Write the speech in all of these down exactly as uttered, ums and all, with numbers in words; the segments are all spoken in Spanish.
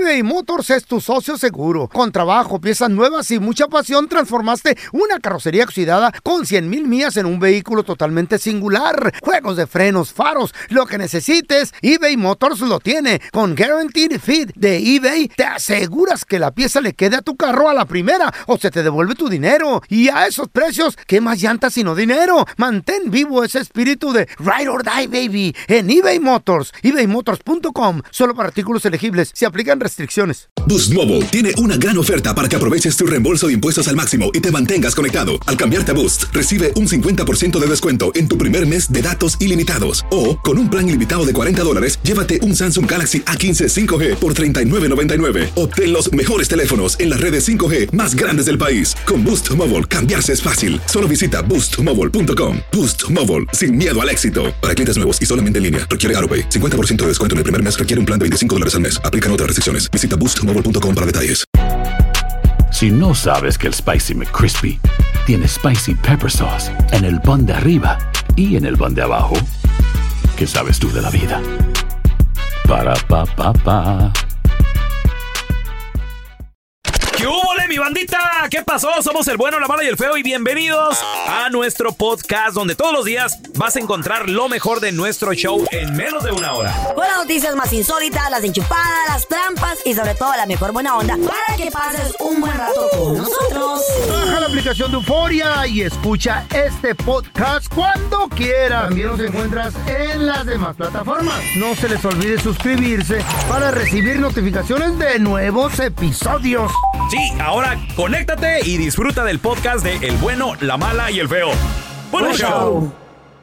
eBay Motors es tu socio seguro. Con trabajo, piezas nuevas y mucha pasión, transformaste una carrocería oxidada con cien mil millas en un vehículo totalmente singular. Juegos de frenos, faros, lo que necesites, eBay Motors lo tiene. Con Guaranteed Fit de eBay, te aseguras que la pieza le quede a tu carro a la primera o se te devuelve tu dinero. Y a esos precios, ¿qué más llantas sino dinero? Mantén vivo ese espíritu de Ride or Die, baby, en eBay Motors. ebay motors punto com. Solo para artículos elegibles. Se aplican restricciones. Boost Mobile tiene una gran oferta para que aproveches tu reembolso de impuestos al máximo y te mantengas conectado. Al cambiarte a Boost, recibe un cincuenta por ciento de descuento en tu primer mes de datos ilimitados. O, con un plan ilimitado de cuarenta dólares, llévate un Samsung Galaxy A quince cinco G por treinta y nueve noventa y nueve. Obtén los mejores teléfonos en las redes cinco G más grandes del país. Con Boost Mobile, cambiarse es fácil. Solo visita boost mobile punto com. Boost Mobile, sin miedo al éxito. Para clientes nuevos y solamente en línea, requiere AutoPay. cincuenta por ciento de descuento en el primer mes requiere un plan de veinticinco dólares al mes. Aplican otras restricciones. Visita boost mobile punto com para detalles. Si no sabes que el Spicy McCrispy tiene Spicy Pepper Sauce en el pan de arriba y en el pan de abajo, ¿qué sabes tú de la vida? Para, pa, pa, pa. ¿Qué hubo, mi bandita? ¿Qué pasó? Somos el bueno, la mala y el feo y bienvenidos a nuestro podcast donde todos los días vas a encontrar lo mejor de nuestro show en menos de una hora. Con las noticias más insólitas, las enchupadas, las trampas y sobre todo la mejor buena onda para que pases un buen rato con nosotros. Baja la aplicación de Euforia y escucha este podcast cuando quieras. También nos encuentras en las demás plataformas. No se les olvide suscribirse para recibir notificaciones de nuevos episodios. Sí, ahora conéctate y disfruta del podcast de El Bueno, la Mala y el Feo. ¡Buen Buen show!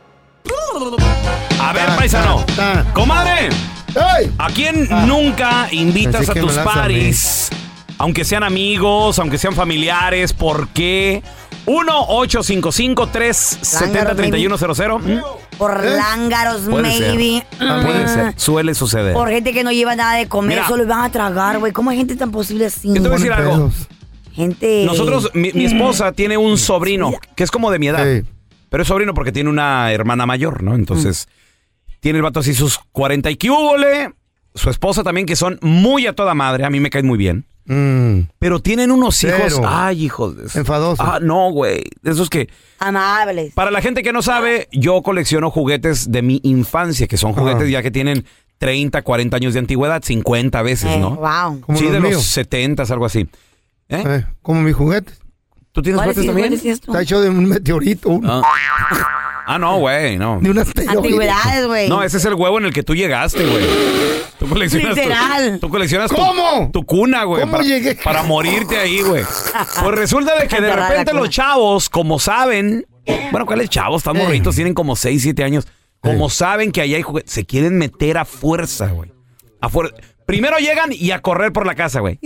A ver, paisano. Comadre, ¡Hey! ¿a quién Ah. nunca invitas Pensé a que tus me las paris? Aunque sean amigos, aunque sean familiares, ¿por qué? uno ocho cinco cinco tres siete cero tres uno cero cero. Por ¿Eh? lángaros, Puede ser. maybe. Puede Mm. ser. Suele suceder. Por gente que no lleva nada de comer, Mira. solo van a tragar, güey. ¿Cómo hay gente tan posible así? Yo te voy a decir Ponen algo. pedos. Gente... Nosotros, mi, mi esposa tiene un sobrino que es como de mi edad. Sí. Pero es sobrino porque tiene una hermana mayor, ¿no? Entonces, tiene el vato así sus cuarenta y que húbole. Su esposa también, que son muy a toda madre. A mí me caen muy bien. Mm. Pero tienen unos hijos. Cero. Ay, hijos. de- Enfadosos. Ah, no, güey. Esos que. Amables. Para la gente que no sabe, yo colecciono juguetes de mi infancia, que son juguetes Ajá. ya que tienen treinta, cuarenta años de antigüedad, cincuenta veces, Eh, ¿no? wow. Como Sí, los de míos. los setenta, algo así. ¿Eh? Eh, como mi juguete. ¿Tú tienes ¿Cuál es, juguetes también? cuál es esto? Está hecho de un meteorito. un- Ah. Ah, no, güey, no. De un asteroide. Antigüedades, güey. No, ese es el huevo en el que tú llegaste, güey. Tú coleccionas tu- Literal. tú coleccionas tu, ¿Cómo? tu cuna, güey. ¿Cómo para, llegué? para morirte ahí, güey. Pues resulta de que de Enterrada repente la los cuna. chavos, como saben, bueno, ¿cuáles chavos? Están Eh. morritos, tienen como seis, siete años. Como Eh. saben que allá hay juguetes, se quieren meter a fuerza, güey. A fuer- Primero llegan y a correr por la casa, güey.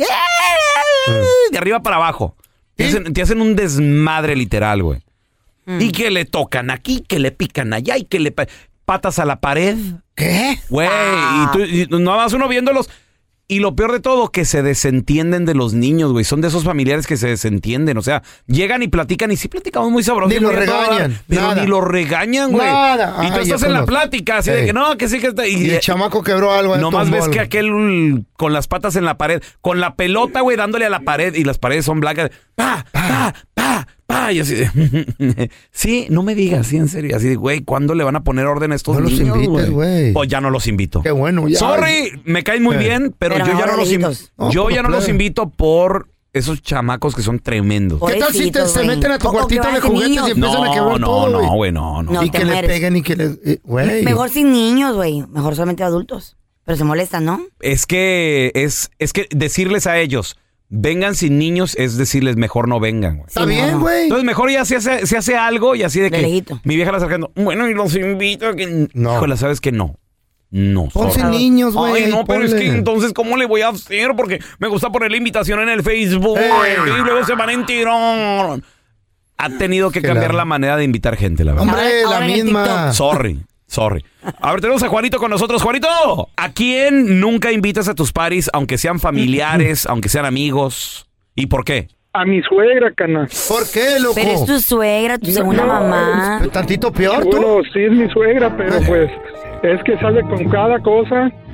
De arriba para abajo. Te hacen, te hacen un desmadre literal, güey. Y que le tocan aquí, que le pican allá y que le pa- patas a la pared. ¿Qué? Güey, Ah. y, tú, y nada más uno viéndolos. Y lo peor de todo, que se desentienden de los niños, güey. Son de esos familiares que se desentienden. O sea, llegan y platican y sí platicamos muy sabroso. Ni lo muy a toda regañan, hora, Pero nada. ni lo regañan, güey. Nada. Y tú Ay, estás ya en la conozco. plática, así de Ey. que no, que sí que está. Y el chamaco quebró algo. ahí, Nomás tumbó ves algo. que aquel con las patas en la pared, con la pelota, güey, dándole a la pared y las paredes son blancas. Pa, pa, pa, pa. Y así de, sí, no me digas, sí, en serio. Así de, güey, ¿cuándo le van a poner orden a estos No los niños, invites, güey. Pues ya no los invito. Qué bueno, ya. Sorry, me caen muy Eh. bien, pero, Pero yo ya mejor no los invito. lejitos. No, Yo por ya no los plebe. invito por esos chamacos que son tremendos. Por- ¿Qué tal si te, Pobrecitos, se güey. meten a tu O- o que cuartito de vayan juguetes niños. y empiezan a No, quebrar no, todo, no, güey? güey, no, no. No, y te que le mueres. peguen y que le... eh, Güey. Mejor sin niños, güey. Mejor solamente adultos. Pero se molestan, ¿no? Es que es, es que decirles a ellos, vengan sin niños, es decirles mejor no vengan, güey. Está Sí, bien, no, no. güey. Entonces mejor ya se hace, se hace algo y así de De que lejito. mi vieja la sargento, bueno, y los invito a que... No. Híjole, ¿sabes que no? No. Pon sin sorry. niños, güey. Ay, no, pero es ponle. que entonces, ¿cómo le voy a hacer? Porque me gusta poner la invitación en el Facebook Ey. y luego se van a enterar. Ha tenido que Que cambiar la- la manera de invitar gente, la verdad. Hombre, Ahora- la ahora en el misma. Sorry, sorry. A ver, tenemos a Juanito con nosotros. Juanito, ¿a quién nunca invitas a tus paris, aunque sean familiares, aunque sean amigos? ¿Y por qué? A mi suegra, cana. ¿Por qué, loco? Pero es tu suegra, tu segunda no, mamá. Tantito peor, tú. Bueno, sí es mi suegra, pero pues es que sale con cada cosa.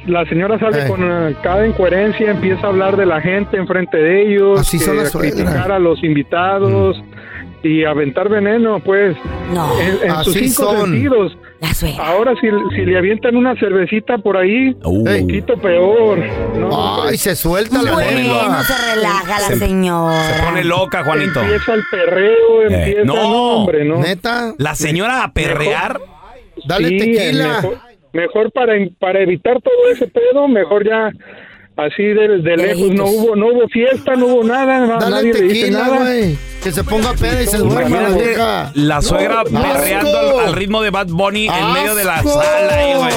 la señora sale Eh. con uh, cada incoherencia, empieza a hablar de la gente enfrente de ellos, Así son que las a criticar suegras. a los invitados mm. y aventar veneno, pues, No. en, en sus Así cinco son. sentidos. La suegra. Ahora si, si le avientan una cervecita por ahí, Uh. un poquito peor. ¿no? Ay, se suelta la Bueno, lengua. se relaja la Se- señora. Se pone loca, Juanito. Empieza el perreo, Eh, empieza no. no, hombre, ¿no? Neta, La señora a perrear. dale Sí, tequila. Mejor, mejor para, para evitar todo ese pedo, mejor ya así de, de lejos. No hubo, no hubo fiesta, no hubo nada, na- Dale nadie le dice tequila, nada. güey. Que se ponga peda y se duerma la Imagínate vieja. la suegra No, perreando asco. al, al ritmo de Bad Bunny en medio de la ¡Asco! sala. ahí, güey.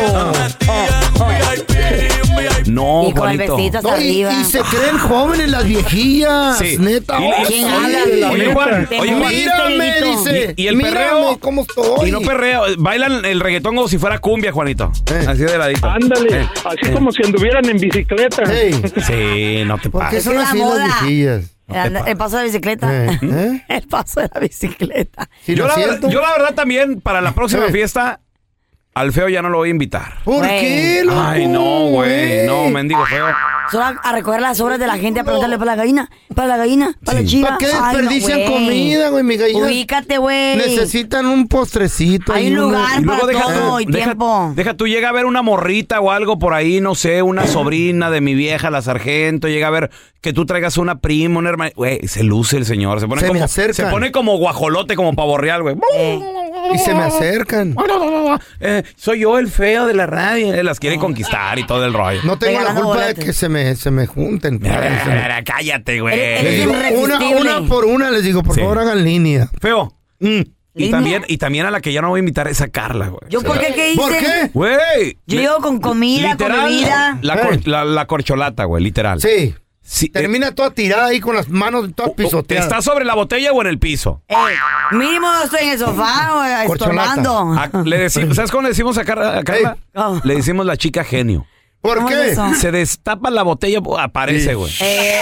No, Y con el Juanito. vestido hasta No, y, arriba. y se creen jóvenes las viejillas. Sí. Neta. Y- y- ¿Quién Ay, habla? la Oye, neta. Juan, Te oye, Juan. moriste, Mírame, Dieguito. dice. Y- y el Mírame perreo- cómo estoy. Y no perreo, bailan el reggaetón como si fuera cumbia, Juanito. Eh. Así de ladito. Ándale, Eh, así eh. como si anduvieran en bicicleta. Ey, Sí, no te ¿por qué pases. son Es la así moda. las viejillas? El, el paso de la bicicleta. Eh, ¿eh? El paso de la bicicleta. Si Yo lo la, siento. yo la verdad también, para la próxima Eh. fiesta, al feo ya no lo voy a invitar. ¿Por Güey. qué, loco? Ay, no, güey. No, mendigo feo. Solo a, a recoger las sobras de la gente a preguntarle para la gallina, para la gallina, para la chiva. ¿Para qué Ay, no, desperdician güey. comida, güey? Mi gallina. Ubícate, güey. Necesitan un postrecito. Hay ahí, un una- lugar Y luego para deja todo tú, y deja, tiempo. deja tú, llega a ver una morrita o algo por ahí, no sé, una sobrina de mi vieja, la sargento, llega a ver que tú traigas una prima, una hermana. Güey, se luce el señor, se pone Se me como acercan. se pone como guajolote, como pavo real, güey. Eh, Y se me acercan. Eh, soy yo el feo de la radio. Eh, Las quiere conquistar y todo el rollo. No tengo la Regalando culpa de boletos. que se me, se me junten. Mira, padre, mira, se me- mira, cállate, güey. Eres- Les eres digo, una, irresistible. una por una les digo, por Sí. favor hagan línea. Feo. Mm. Y Línea. también, y también a la que ya no voy a invitar es a Carla, güey. ¿Yo por qué qué hice? ¿Por qué? Güey. Yo me- llego con comida, con literal, bebida. La, cor- la, la corcholata, güey, literal. Sí. Sí, eh, Termina toda tirada ahí con las manos todas pisoteadas. ¿Está sobre la botella o en el piso? Eh, mínimo estoy en el sofá o Corcholata. estorbando. A- le decimos, ¿sabes cómo le decimos a, Car- a Carla? Oh. Le decimos la chica genio. ¿Por ¿Cómo qué? es eso? Se destapa la botella, pues, aparece, güey. Eh,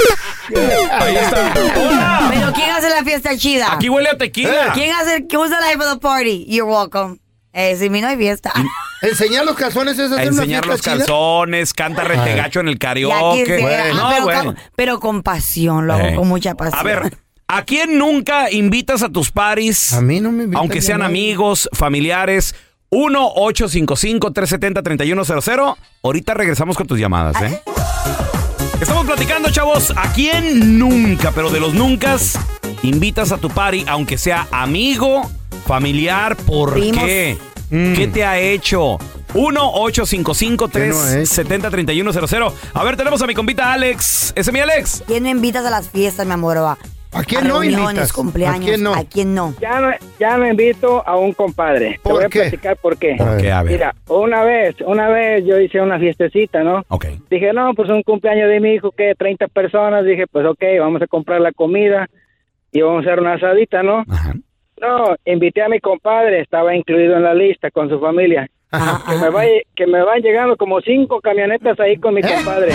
Ahí está. ¡Hola! pero ¿quién hace la fiesta chida? Aquí huele a tequila. ¿Quién hace, who's the life of the party? You're welcome. Eh, sin mí no hay fiesta. Enseñar los calzones es A hacer una enseñar fiesta los chida. calzones, canta retegacho en el Ya karaoke. quisiera. Ah, No, pero, güey. con, pero con pasión, lo hago Eh. con mucha pasión. A ver, ¿a quién nunca invitas a tus paris? A mí no me invitan Aunque ni a sean nadie. amigos, familiares. uno ocho cinco cinco, tres siete cero, tres uno cero cero. Ahorita regresamos con tus llamadas, ¿eh? Estamos platicando, chavos. ¿A quién nunca, pero de los nunca, invitas a tu party, aunque sea amigo, familiar? ¿Por Primos. qué? Mm. ¿Qué te ha hecho? uno ocho cinco cinco, tres siete cero, tres uno cero cero. A ver, tenemos a mi compita Alex. ¿Ese es mi Alex? ¿Quién no invitas a las fiestas, mi amor? ¿A, ¿A quién no reuniones, invitas? cumpleaños? ¿A quién no? ¿A quién no? Ya no, ya no invito a un compadre. Te ¿Por voy a qué? platicar por qué. A ver. Ok, a ver. Mira, una vez, una vez yo hice una fiestecita, ¿no? Ok. Dije, no, pues un cumpleaños de mi hijo, que treinta personas. Dije, pues ok, vamos a comprar la comida y vamos a hacer una asadita, ¿no? Ajá. No, invité a mi compadre, estaba incluido en la lista con su familia. Ajá, Que me, ajá. va, que me van llegando como cinco camionetas ahí con mi compadre.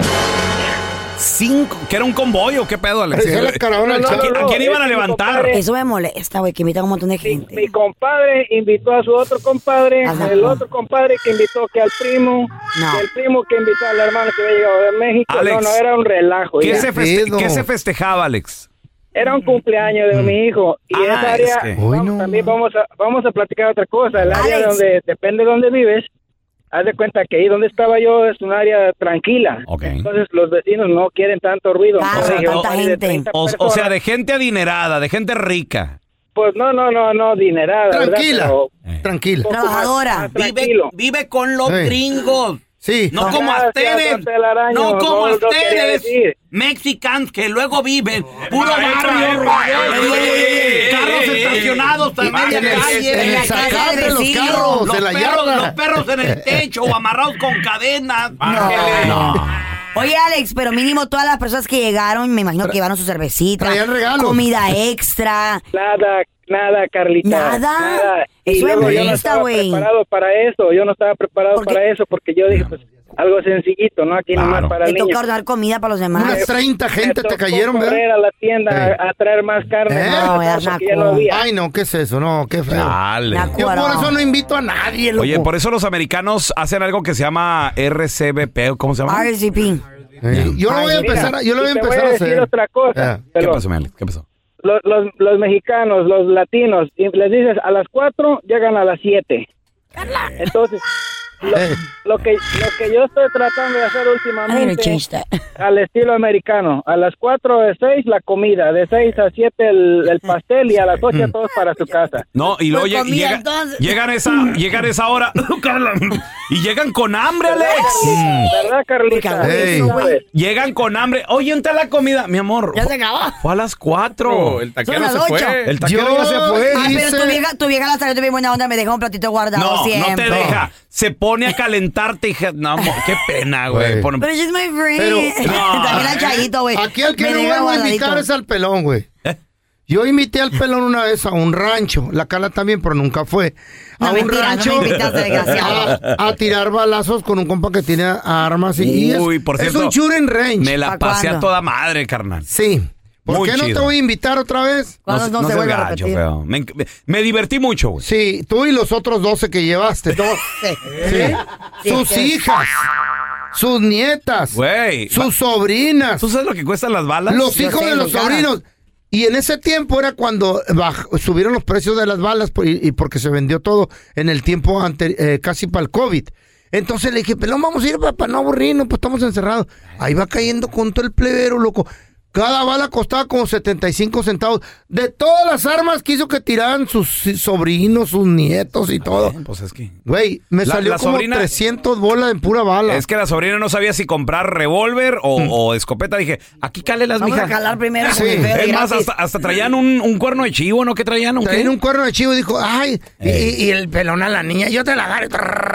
Cinco. ¿Que era un convoy o qué pedo, Alex? Parecía la caravana del No, ¿A no, quién, Chavo. a quién no, iban a es mi levantar? compadre. Eso me molesta, güey, que invitan a un montón de Mi, gente. mi compadre invitó a su otro compadre, Ajá. el otro compadre que invitó que al primo, No. que el primo que invitó al hermano que había llegado de México. Alex, no, no, era un relajo. ¿Qué ya. se, feste- pedo. ¿Qué se festejaba, Alex? Era un cumpleaños de mi hijo. Y Ah, esa área, es que- vamos- Uy, no, también man. vamos a, vamos a platicar otra cosa. El área Alex. donde, depende de donde vives, haz de cuenta que ahí donde estaba yo es un área tranquila. Ok. Entonces los vecinos no quieren tanto ruido. Claro, Entonces, dije, tanta vamos a ir de gente. treinta O, o personas. sea, de gente adinerada, de gente rica. Pues no, no, no, no, dinerada, ¿verdad? Tranquila. Pero Eh. Tranquila. un poco más- Trabajadora. más tranquilo. vive con los Sí. gringos. Sí. No como Gracias, ustedes. don Telaraño, No como no lo quería ustedes. decir. Mexicans que luego viven. Puro Ay, barrio. ay, ay, eh, Carros estacionados a media En el- calle. en el la casa zacate del los vecino. carros, Los de la perros, yarda. los perros en el techo o amarrados con cadenas. No. Oye, Alex, pero mínimo todas las personas que llegaron, me imagino que llevaron su cervecita, Traían regalos. comida extra. Nada, Nada, Carlita. Nada. Nada. Y Eso luego me yo no molesta, estaba güey. preparado para eso. Yo no estaba preparado para eso porque yo dije, pues, algo sencillito, ¿no? Aquí Claro. nomás para Te niños. toca ordenar comida para los demás. Unas treinta gente te cayeron, correr ¿verdad? a la tienda Hey. a, a traer más carne. ¿Eh? más No, cosas, era porque ya no naco. había. Ay, no, ¿qué es eso? No, qué feo. Dale. Naco. Yo por eso no invito a nadie, loco. Oye, por eso los americanos hacen algo que se llama R C B P, ¿cómo se llama? R C P. Eh, yo lo voy a Mira, empezar a, yo lo voy a y te empezar voy a decir hacer. otra cosa. Ya. ¿Qué Pero pasó, Mel? ¿Qué pasó? los, los, los mexicanos, los latinos, y les dices a las cuatro, llegan a las siete. Entonces, lo, Eh. lo que lo que yo estoy tratando de hacer I need to últimamente, change that. al estilo americano, a las cuatro de seis la comida, de seis a siete el, el pastel y a las ocho todos para su casa. No, y luego Pues lleg- comida, llega- entonces. llegan esa, llegan esa hora y llegan con hambre, Alex. ¿Verdad, Carlita? Ey. Tú sabes. Llegan con hambre. Oye, ¿dónde está la comida? Mi amor. Ya se acabó. Fue a las cuatro. Oh, el taquero Son las se ocho. fue. El taquero Yo ya se fue. Ah, pero hice- tu vieja, tu vieja la salió bien buena onda, me dejó un platito guardado No, siempre. no te deja. Se pone a calentarte, hija. No, mo- qué pena, güey. Güey. Pon- Pero she's my friend. Pero- No. También a Chayito, güey. Aquí al que Me no deja vuelvo a guardadito. invitar es al pelón, güey. ¿Eh? Yo invité al pelón una vez a un rancho. La Cala también, pero nunca fue. A No, un mentira, no rancho. me invitaste, desgraciado. a, a tirar balazos con un compa que tiene armas. Y, y es, Uy, por cierto, es un shooting range. Me la ¿Pa' pasé a cuándo? toda madre, carnal. Sí. ¿Por Muy qué no chido. te voy a invitar otra vez? Cuando no, se seas vuelve a gacho, repetir. feo. Me, me- me divertí mucho, güey. Sí, tú y los otros doce que llevaste. Sí. Sí. Sus Sí. hijas, sus nietas, Güey. sus sobrinas, ¿Tú sabes lo que cuestan las balas? los Yo hijos sé, de los muy caras. sobrinos. Y en ese tiempo era cuando baj- subieron los precios de las balas por- y, y porque se vendió todo en el tiempo ante, eh, casi para el COVID. Entonces le dije, pelón, vamos a ir para no aburrirnos, pues estamos encerrados. Ahí va cayendo con todo el plebero, loco. Cada bala costaba como setenta y cinco centavos. De todas las armas que hizo que tiraran sus sobrinos, sus nietos y todo. Eh, Pues es que... Güey, me La- salió la como sobrina- trescientas bolas en pura bala. Es que la sobrina no sabía si comprar revólver o, o escopeta. Dije, aquí cálelas, Vamos mija. a calar primero. Sí. güey, feo, Es y más, gratis. hasta, hasta traían un, un cuerno de chivo, ¿no? ¿Qué traían? ¿Un qué? Traían un cuerno de chivo y dijo, ay, y, y- y el pelón a la niña, yo te la agarro.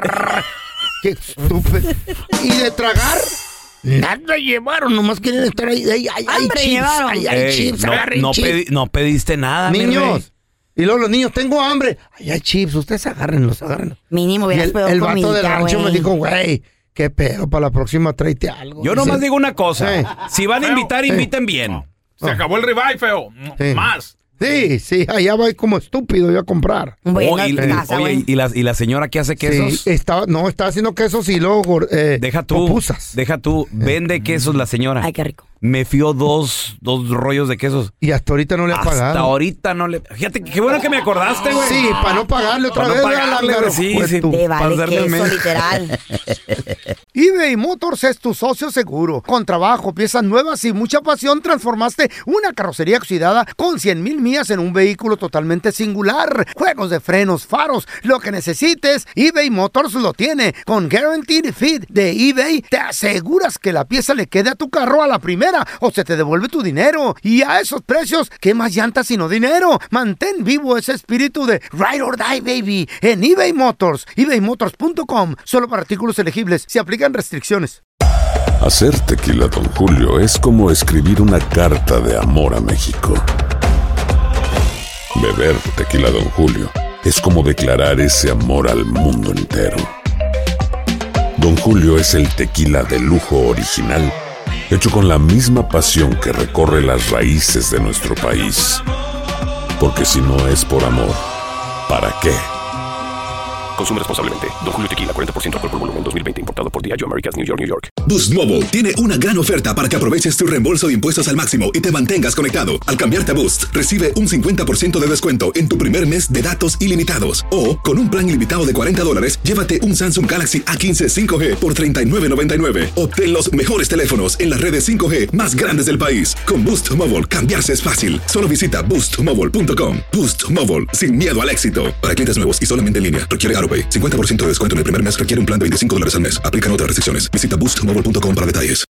Qué estúpido. Y de tragar, nada llevaron, nomás quieren estar ahí. Ay, ay, ay, Hambre chips, llevaron. ay, ay, Ey, chips, no, agarren no, chips. pedi- no pediste nada, mi rey. Niños. Y luego los niños, tengo hambre. Ay, ay, chips, ustedes agárrenlos, agárrenlos. Mínimo Y hubieras el, pedido el vato comidita, del rancho me güey. dijo, güey, qué pedo, para la próxima tráete algo. Yo Dice, nomás digo una cosa. Sí. Si van a invitar, Sí. inviten bien. Se acabó el revive, feo. Sí. Más. Sí, sí, allá voy como estúpido yo a comprar. Bueno, Oh, y, en casa, oye, güey. y la, y la señora que hace quesos. Sí, estaba, no, estaba haciendo quesos y luego eh, Deja tú. pupusas. Deja tú. Vende quesos la señora. Ay, qué rico. Me fió dos, dos rollos de quesos. Y hasta ahorita no le ha Hasta pagado. ahorita no le. Fíjate, qué bueno que me acordaste, güey. Sí, para no pagarle otra Para no vez. pagarle, Lángaro, güey, sí, pues sí. tú. Te Para vale darle queso, mes. literal. eBay Motors es tu socio seguro. Con trabajo, piezas nuevas y mucha pasión, transformaste una carrocería oxidada con cien mil millas en un vehículo totalmente singular. Juegos de frenos, faros, lo que necesites, eBay Motors lo tiene. Con Guaranteed Fit de eBay, te aseguras que la pieza le quede a tu carro a la primera o se te devuelve tu dinero. Y a esos precios, ¿qué más llantas sino dinero? Mantén vivo ese espíritu de Ride or Die, baby, en eBay Motors. eBay Motors punto com. Solo para artículos elegibles. Se aplican restricciones. Hacer tequila Don Julio es como escribir una carta de amor a México. Beber tequila Don Julio es como declarar ese amor al mundo entero. Don Julio es el tequila de lujo original, hecho con la misma pasión que recorre las raíces de nuestro país. Porque si no es por amor, ¿para qué? Consume responsablemente. Don Julio Tequila, cuarenta por ciento alcohol por volumen, dos mil veinte. Importado por Diageo Americas, New York, New York. Boost Mobile tiene una gran oferta para que aproveches tu reembolso de impuestos al máximo y te mantengas conectado. Al cambiarte a Boost, recibe un cincuenta por ciento de descuento en tu primer mes de datos ilimitados. O, con un plan ilimitado de cuarenta dólares, llévate un Samsung Galaxy A quince cinco G por treinta y nueve noventa y nueve. Obtén los mejores teléfonos en las redes cinco G más grandes del país. Con Boost Mobile, cambiarse es fácil. Solo visita boost mobile punto com. Boost Mobile, sin miedo al éxito. Para clientes nuevos y solamente en línea, requiere AutoPay. cincuenta por ciento de descuento en el primer mes requiere un plan de veinticinco dólares al mes. Aplican otras restricciones. Visita boost mobile punto com para detalles.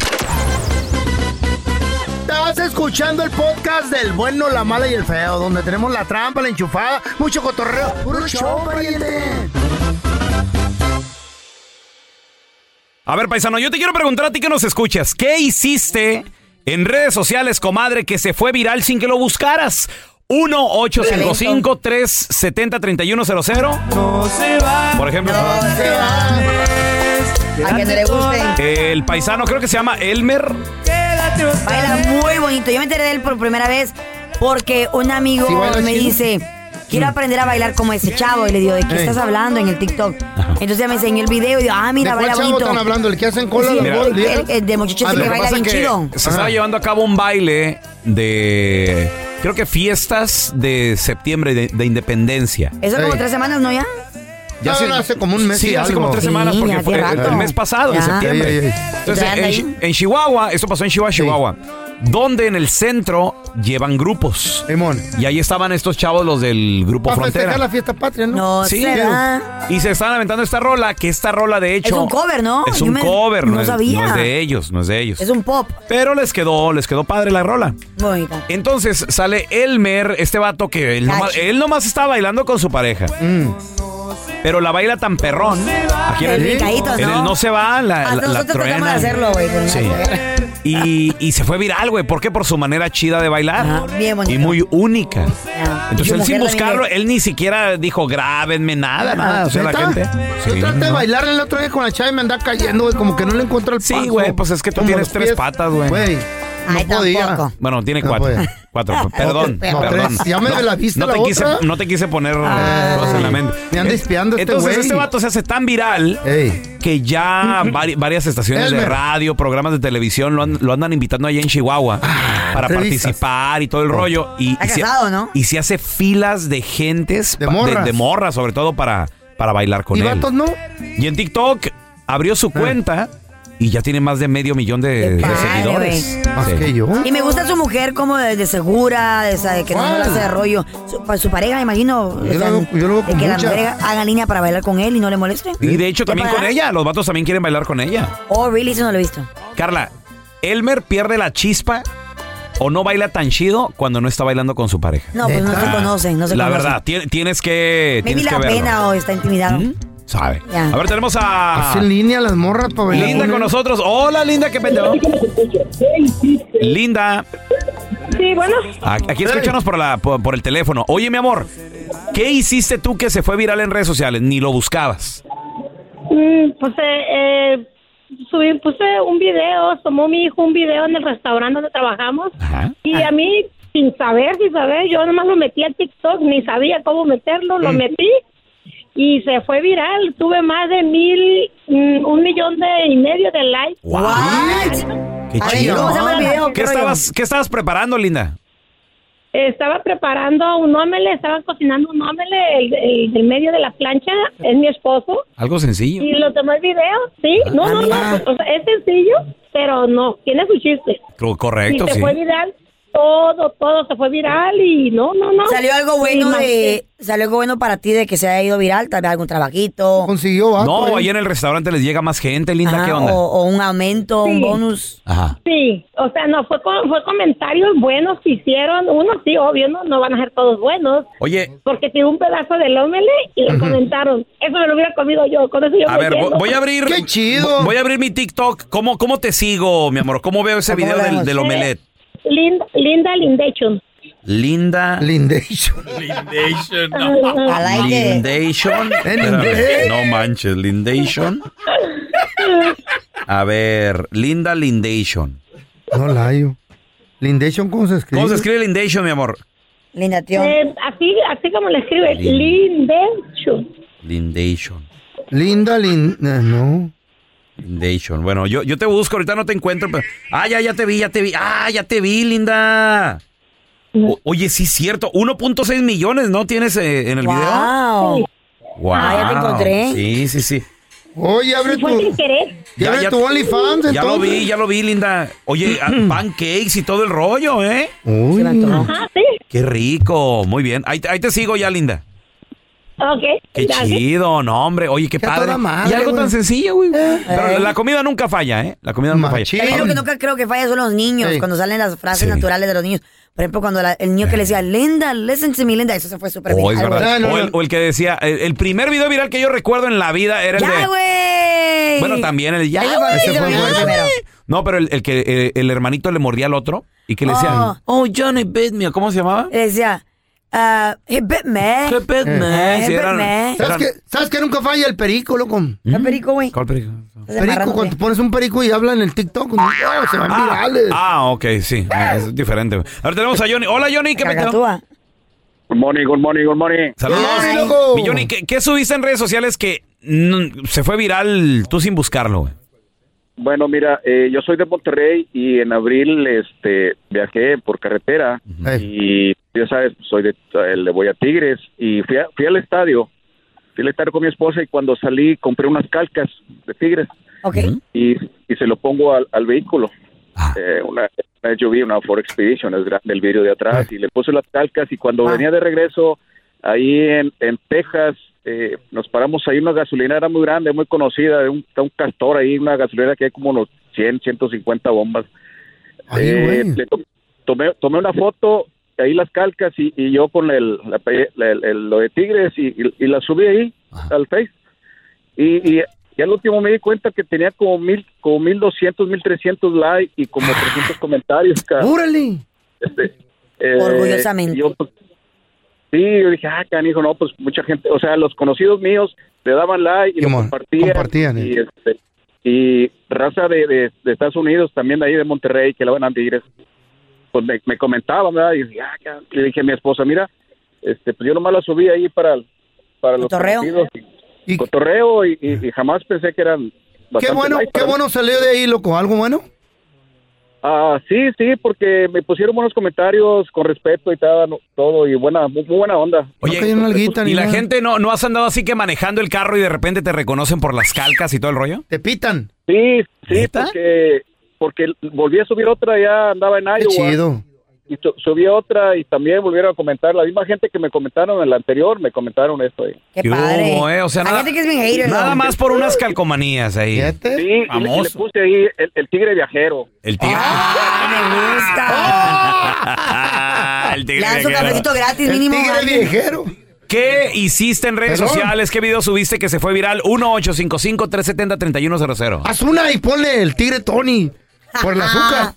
Estás escuchando el podcast del bueno, la mala y el feo, donde tenemos la trampa, la enchufada, mucho cotorreo. ¡Puro show, pariente! A ver, paisano, yo te quiero preguntar a ti que nos escuchas. ¿Qué hiciste en redes sociales, comadre, que se fue viral sin que lo buscaras? uno ocho cinco cinco, tres siete cero, tres uno cero cero. No se va. Por ejemplo. No se va. A que no le guste. El paisano creo que se llama Elmer. Baila muy bonito. Yo me enteré de él por primera vez porque un amigo ¿Sí me chido? dice, quiero aprender a bailar como ese chavo. Y le digo, ¿de qué Ey. estás hablando en el TikTok? Entonces ya me enseñó el video y digo, ah, mira, ¿De cuál baila chavo bonito. están hablando? ¿El que hacen cola? Sí, los el, bolos, el, ¿vieron? el de muchacho Ah, ese lo que que baila pasa bien que chido. Se estaba llevando a cabo un baile de, creo que fiestas de septiembre de, de independencia. Eso como Ey. tres semanas, ¿no ya? Ya se- no, hace como un mes Sí, y hace algo. como tres Sí, semanas porque ya fue hace el, rato. el mes pasado, en Ya. septiembre. Ey, ey, ey. Entonces, Ya anda en, ahí. Chi- en Chihuahua, esto pasó en Chihuahua, Sí. Chihuahua, donde en el centro llevan grupos. Simón. Y ahí estaban estos chavos, los del Grupo Para Frontera. festejar la fiesta patria, ¿no? No Sí, se va. Y se estaban aventando esta rola, que esta rola de hecho... Es un cover, ¿no? Es Yo un me- cover, no no, es, sabía. no es de ellos, no es de ellos. Es un pop. Pero les quedó, les quedó padre la rola. Bonita. Entonces sale Elmer, este vato que él nomás, Cacho. él nomás estaba bailando con su pareja. Mm. Pero la baila tan perrón. Aquí en el, Picaditos, en ¿no? el no se va, la, Hasta la, la nosotros tratamos truena. de hacerlo, güey. pero no Sí. se ve. Y, y se fue viral, güey. ¿Por qué? Por su manera chida de bailar. Ah, bien bonito. Y muy única. Ya. Entonces Y su él sin mujer buscarlo, también él ni siquiera dijo grábenme nada, nada. O sea, la ¿Neta? gente. Yo Sí, traté de ¿no? bailar el otro día con la chava y me anda cayendo, güey, como que no le encuentro el paso. Sí, güey, pues es que tú Como tienes los tres pies. patas, güey. Güey, no Ay, podía. tampoco. Bueno, tiene No cuatro. puede. Cuatro. Perdón, No, perdón. tres. Ya me la viste no la te quise, otra. no te quise poner Ay, cosas en la mente. me anda espiando este Entonces güey. este vato se hace tan viral Ey. que ya vari- varias estaciones de Elmer. radio, programas de televisión lo, an- lo andan invitando allá en Chihuahua para entrevistas. participar y todo el rollo. Y, Está y se, casado, ¿no? y se hace filas de gentes, De pa- morras. de morras, sobre todo para, para bailar con ¿Y él. vatos no? Y en TikTok abrió su cuenta y ya tiene más de medio millón de, Qué de padre, seguidores. Más Sí. que yo. Y me gusta su mujer como de, de segura, de, esa- de que no, no le hace de rollo. Su, pa- su pareja, me imagino. Yo o sea, lo veo- yo lo veo de con que la mucha. mujer haga línea para bailar con él y no le moleste. Y de hecho ¿Qué también con padre? ella, los vatos también quieren bailar con ella. Oh, really, eso no lo he visto. Carla, Elmer pierde la chispa o no baila tan chido cuando no está bailando con su pareja. No, pues no se ¿Neta? conocen, no se La conocen. verdad, ti- tienes que, Maybe tienes que la verlo. pena o está intimidado. ¿Mm? Sabe. Ya. A ver, tenemos a Hacen línea las morras para bailar. Linda con él. nosotros. Hola, Linda, qué pendejo. Linda, Sí, bueno, a- aquí escúchanos por, la, por, por el teléfono. Oye, mi amor, ¿qué hiciste tú que se fue viral en redes sociales? Ni lo buscabas. mm, pues eh, eh, subí, puse un video, tomó mi hijo un video en el restaurante donde trabajamos Ajá. y a mí, sin saber, sin saber, yo nomás lo metí a TikTok, ni sabía cómo meterlo, lo metí y se fue viral. Tuve más de mil, mm, un millón de y medio de likes. What? Qué Ay, chido. ¿cómo se llama el video? ¿Qué ¿Qué rollo? estabas, ¿Qué estabas preparando, Linda? Estaba preparando un omelette, estaba cocinando un omelette, el, el del medio de la plancha, es mi esposo. Algo sencillo. Y lo tomó el video, sí, no, no, no, pues, o sea, es sencillo, pero no, tiene su chiste. Co- Correcto, y se sí. fue viral, todo, todo se fue viral y no, no, no. Salió algo bueno Sí, de, salió algo bueno para ti de que se haya ido viral, tal vez algún trabajito. Consiguió vato. No, ahí. ahí en el restaurante les llega más gente, Linda. Ajá, ¿Qué onda? O, o un aumento, un Sí. bonus. Ajá. Sí, o sea, no, fue, co- fue comentarios buenos que hicieron, unos sí, obvio, no, no van a ser todos buenos, Oye, porque tiró un pedazo del omelette y lo comentaron, eso me lo hubiera comido yo, con eso yo a me ver, lleno. vo- voy a abrir. ¡Qué chido! vo- Voy a abrir mi TikTok. ¿Cómo, cómo te sigo, mi amor? ¿Cómo veo ese ¿Cómo video lo del, vemos? del omelette? Linda, Linda Lindation. Linda. Lindation. Lindation, no. I like it. Lindation. En Espérame, inglés. no manches, Lindation. A ver, Linda Lindation. No la hallo. Lindation, ¿cómo se escribe? ¿Cómo se escribe Lindation, mi amor? Linda, tío. Eh, así, así como le escribe, Lin- Lindation. Lindation. Linda, Lin... eh, no. Lindation. Bueno, yo, yo te busco, ahorita no te encuentro, pero... Ah, ya, ya te vi, ya te vi. Ah, ya te vi, Linda. O- oye, sí es cierto. uno punto seis millones, ¿no? ¿Tienes eh, en el video? Wow. Wow. Ah, ya te encontré. Sí, sí, sí. Oye, abre Fue sin tu... querer. Ya, abre tu OnlyFans, Ya lo entonces. vi, ya lo vi, Linda. Oye, ah, pancakes y todo el rollo, ¿eh? Uy. Se me antojó. Ajá, sí. Qué rico. Muy bien. Ahí, ahí te sigo ya, Linda. Ok. Qué gracias. chido, no, hombre. Oye, qué Qué a padre. toda madre, y algo güey. tan sencillo, güey. Pero Eh. la comida nunca falla, ¿eh? La comida nunca Machín. falla. A mí lo que nunca creo que falla son los niños, Sí. cuando salen las frases Sí. naturales de los niños. Por ejemplo, cuando la- el niño que le decía, Linda, listen to me, Linda, eso se fue súper Oh, es viral, verdad. güey. No, no, o, el, no. o el que decía, el, el primer video viral que yo recuerdo en la vida era el ¡Ya, de... güey! Bueno, también el ya, Ese fue- güey, ese fue fue bueno. el primero. No, pero el, el que eh, el hermanito le mordía al otro y que le decía, Oh. oh, Johnny bit me, ¿cómo se llamaba? Le decía, Uh, hey, Batman. ¿Qué Batman? Eh, Sí, eran- Batman. ¿Sabes qué, ¿Sabes qué nunca falla el perico, loco? ¿Qué perico, güey? ¿Cuál perico? Perico, cuando pones un perico y habla en el TikTok, oh, se van Ah, virales. ah, ok, sí. Es diferente. güey. Ahora tenemos a Johnny. Hola, Johnny, ¿qué peteo? Cacatúa. Good morning, good morning, good morning. Saludos. Ay, loco. Mi Johnny, ¿qué, qué subiste en redes sociales que mm, se fue viral tú sin buscarlo, güey? Bueno, mira, eh, yo soy de Monterrey y en abril este viajé por carretera y ya sabes, soy de, eh, le voy a Tigres y fui, a- fui al estadio, fui al estadio con mi esposa y cuando salí compré unas calcas de Tigres Ok. y, y se lo pongo al, al vehículo. Ah. Eh, una, una S U V, una Ford Expedition, es grande el vidrio de atrás y le puse las calcas y cuando Ah. venía de regreso ahí en, en Texas eh, nos paramos ahí una gasolinera muy grande, muy conocida, de un, de un Castor ahí, una gasolinera que hay como unos cien, ciento cincuenta bombas. Ay, Eh, güey. le to- tomé, tomé una foto, ahí las calcas y, y yo con el, la pe- la- el- el- lo de Tigres y, y, y la subí ahí al Face. Y, y, y al último me di cuenta que tenía como mil, como mil doscientos, mil trescientos likes y como trescientos comentarios. ca- ¡Órale! Este, eh, Orgullosamente. Yo, pues, sí, yo dije, ah, canijo, no, pues mucha gente, o sea, los conocidos míos le daban like y lo Simón, compartían. compartían, eh. y, este, y raza de, de, de Estados Unidos, también de ahí de Monterrey, que la van a Tigres, pues me, me comentaban, ¿verdad? Y dije, ah, ca- le dije a mi esposa, mira, este, pues yo nomás la subí ahí para, para los Cotorreo. conocidos. Y, Y- cotorreo y, y, y jamás pensé que eran Qué bastante bueno, likes qué para mí. bueno salió de ahí, loco. ¿Algo bueno? Ah, sí, sí, porque me pusieron buenos comentarios con respeto y tal, todo, y buena, muy buena onda. Oye, No cayó una alguita ni ¿y la nada. gente no, no has andado así que manejando el carro y de repente te reconocen por las calcas y todo el rollo? Te pitan. Sí, sí, ¿Neta? porque, porque volví a subir otra, ya andaba en Qué Iowa. chido. Y su- subí otra y también volvieron a comentar, la misma gente que me comentaron en la anterior, me comentaron esto ahí. Qué ¿Qué padre. hubo, eh? O sea, Hay nada, gente que es bien hater, nada ¿no? más por unas calcomanías ahí. Fíjate. Sí, y le, y le Famoso. puse ahí el, el tigre viajero. El tigre. Ah, me gusta. el tigre Le dan su viajero. cafecito gratis, El mínimo. tigre alguien. viejero. ¿Qué hiciste en redes Perdón. sociales? ¿Qué video subiste que se fue viral? uno ocho cinco cinco, tres siete cero, tres uno cero cero. Haz una y ponle el tigre Tony por el azúcar.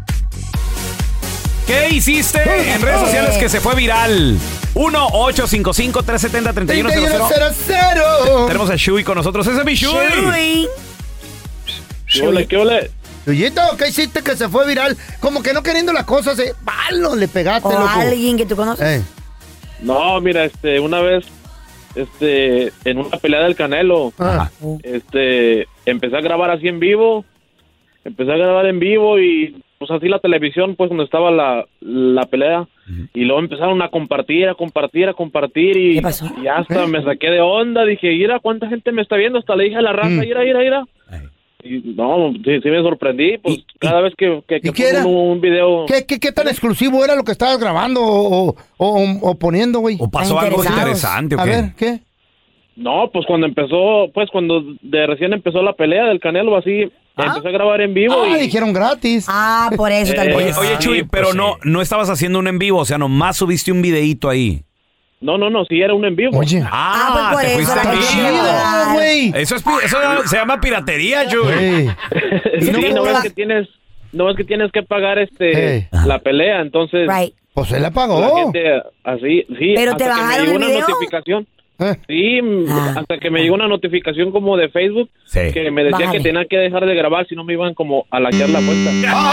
¿Qué hiciste en redes sociales que se fue viral? uno ocho cinco cinco, tres siete cero, tres uno cero cero. cero cero. Tenemos a Shui con nosotros. ¡Ese es mi Shui! Shui. ¿Qué ole, qué ole? Chuyito, ¿qué hiciste que se fue viral? Como que no queriendo las cosas, eh, palo, le pegaste, O loco. alguien que tú conoces. Eh, No, mira, este, una vez, este, en una pelea del Canelo, ah, este, empecé a grabar así en vivo, empecé a grabar en vivo y, pues así la televisión, pues donde estaba la, la pelea, y luego empezaron a compartir, a compartir, a compartir y, ¿Qué pasó? y hasta me saqué de onda, dije, mira, ¿cuánta gente me está viendo? Hasta le dije a la raza, Mm. mira, mira, mira. Y no, sí, sí me sorprendí, pues ¿Y- cada vez que, que, que ¿y qué pongo era? un, un video... ¿Qué, qué, ¿Qué tan exclusivo era lo que estabas grabando o, o, o- o poniendo, güey? ¿O pasó Están algo interesados. interesante o A qué? ver, ¿qué? No, pues cuando empezó, pues cuando de recién empezó la pelea del Canelo, así, empecé a grabar en vivo Ah, y... dijeron gratis. Ah, por eso tal Eh, Oye, vez. oye, Chuy, Sí, pero pues, no, sí. no estabas haciendo un en vivo, o sea, nomás subiste un videíto ahí. No, no, no, sí era un en vivo. Oye. Ah, pues por te eso fuiste la en gente vivo. le va a dar. güey. Eso, es, pi- eso se llama piratería, Chuy. Ey, Sí, no no, puedo- ves que tienes, no ves que tienes que pagar este Eh. la pelea, entonces Right. pues él la la pagó. gente así, sí, Pero hasta te que me bajaron llegó el una video. notificación. Eh, Sí, m- Ah. hasta que me llegó una notificación como de Facebook Sí. que me decía Bájale. que tenía que dejar de grabar si no me iban como a laquear la cuenta.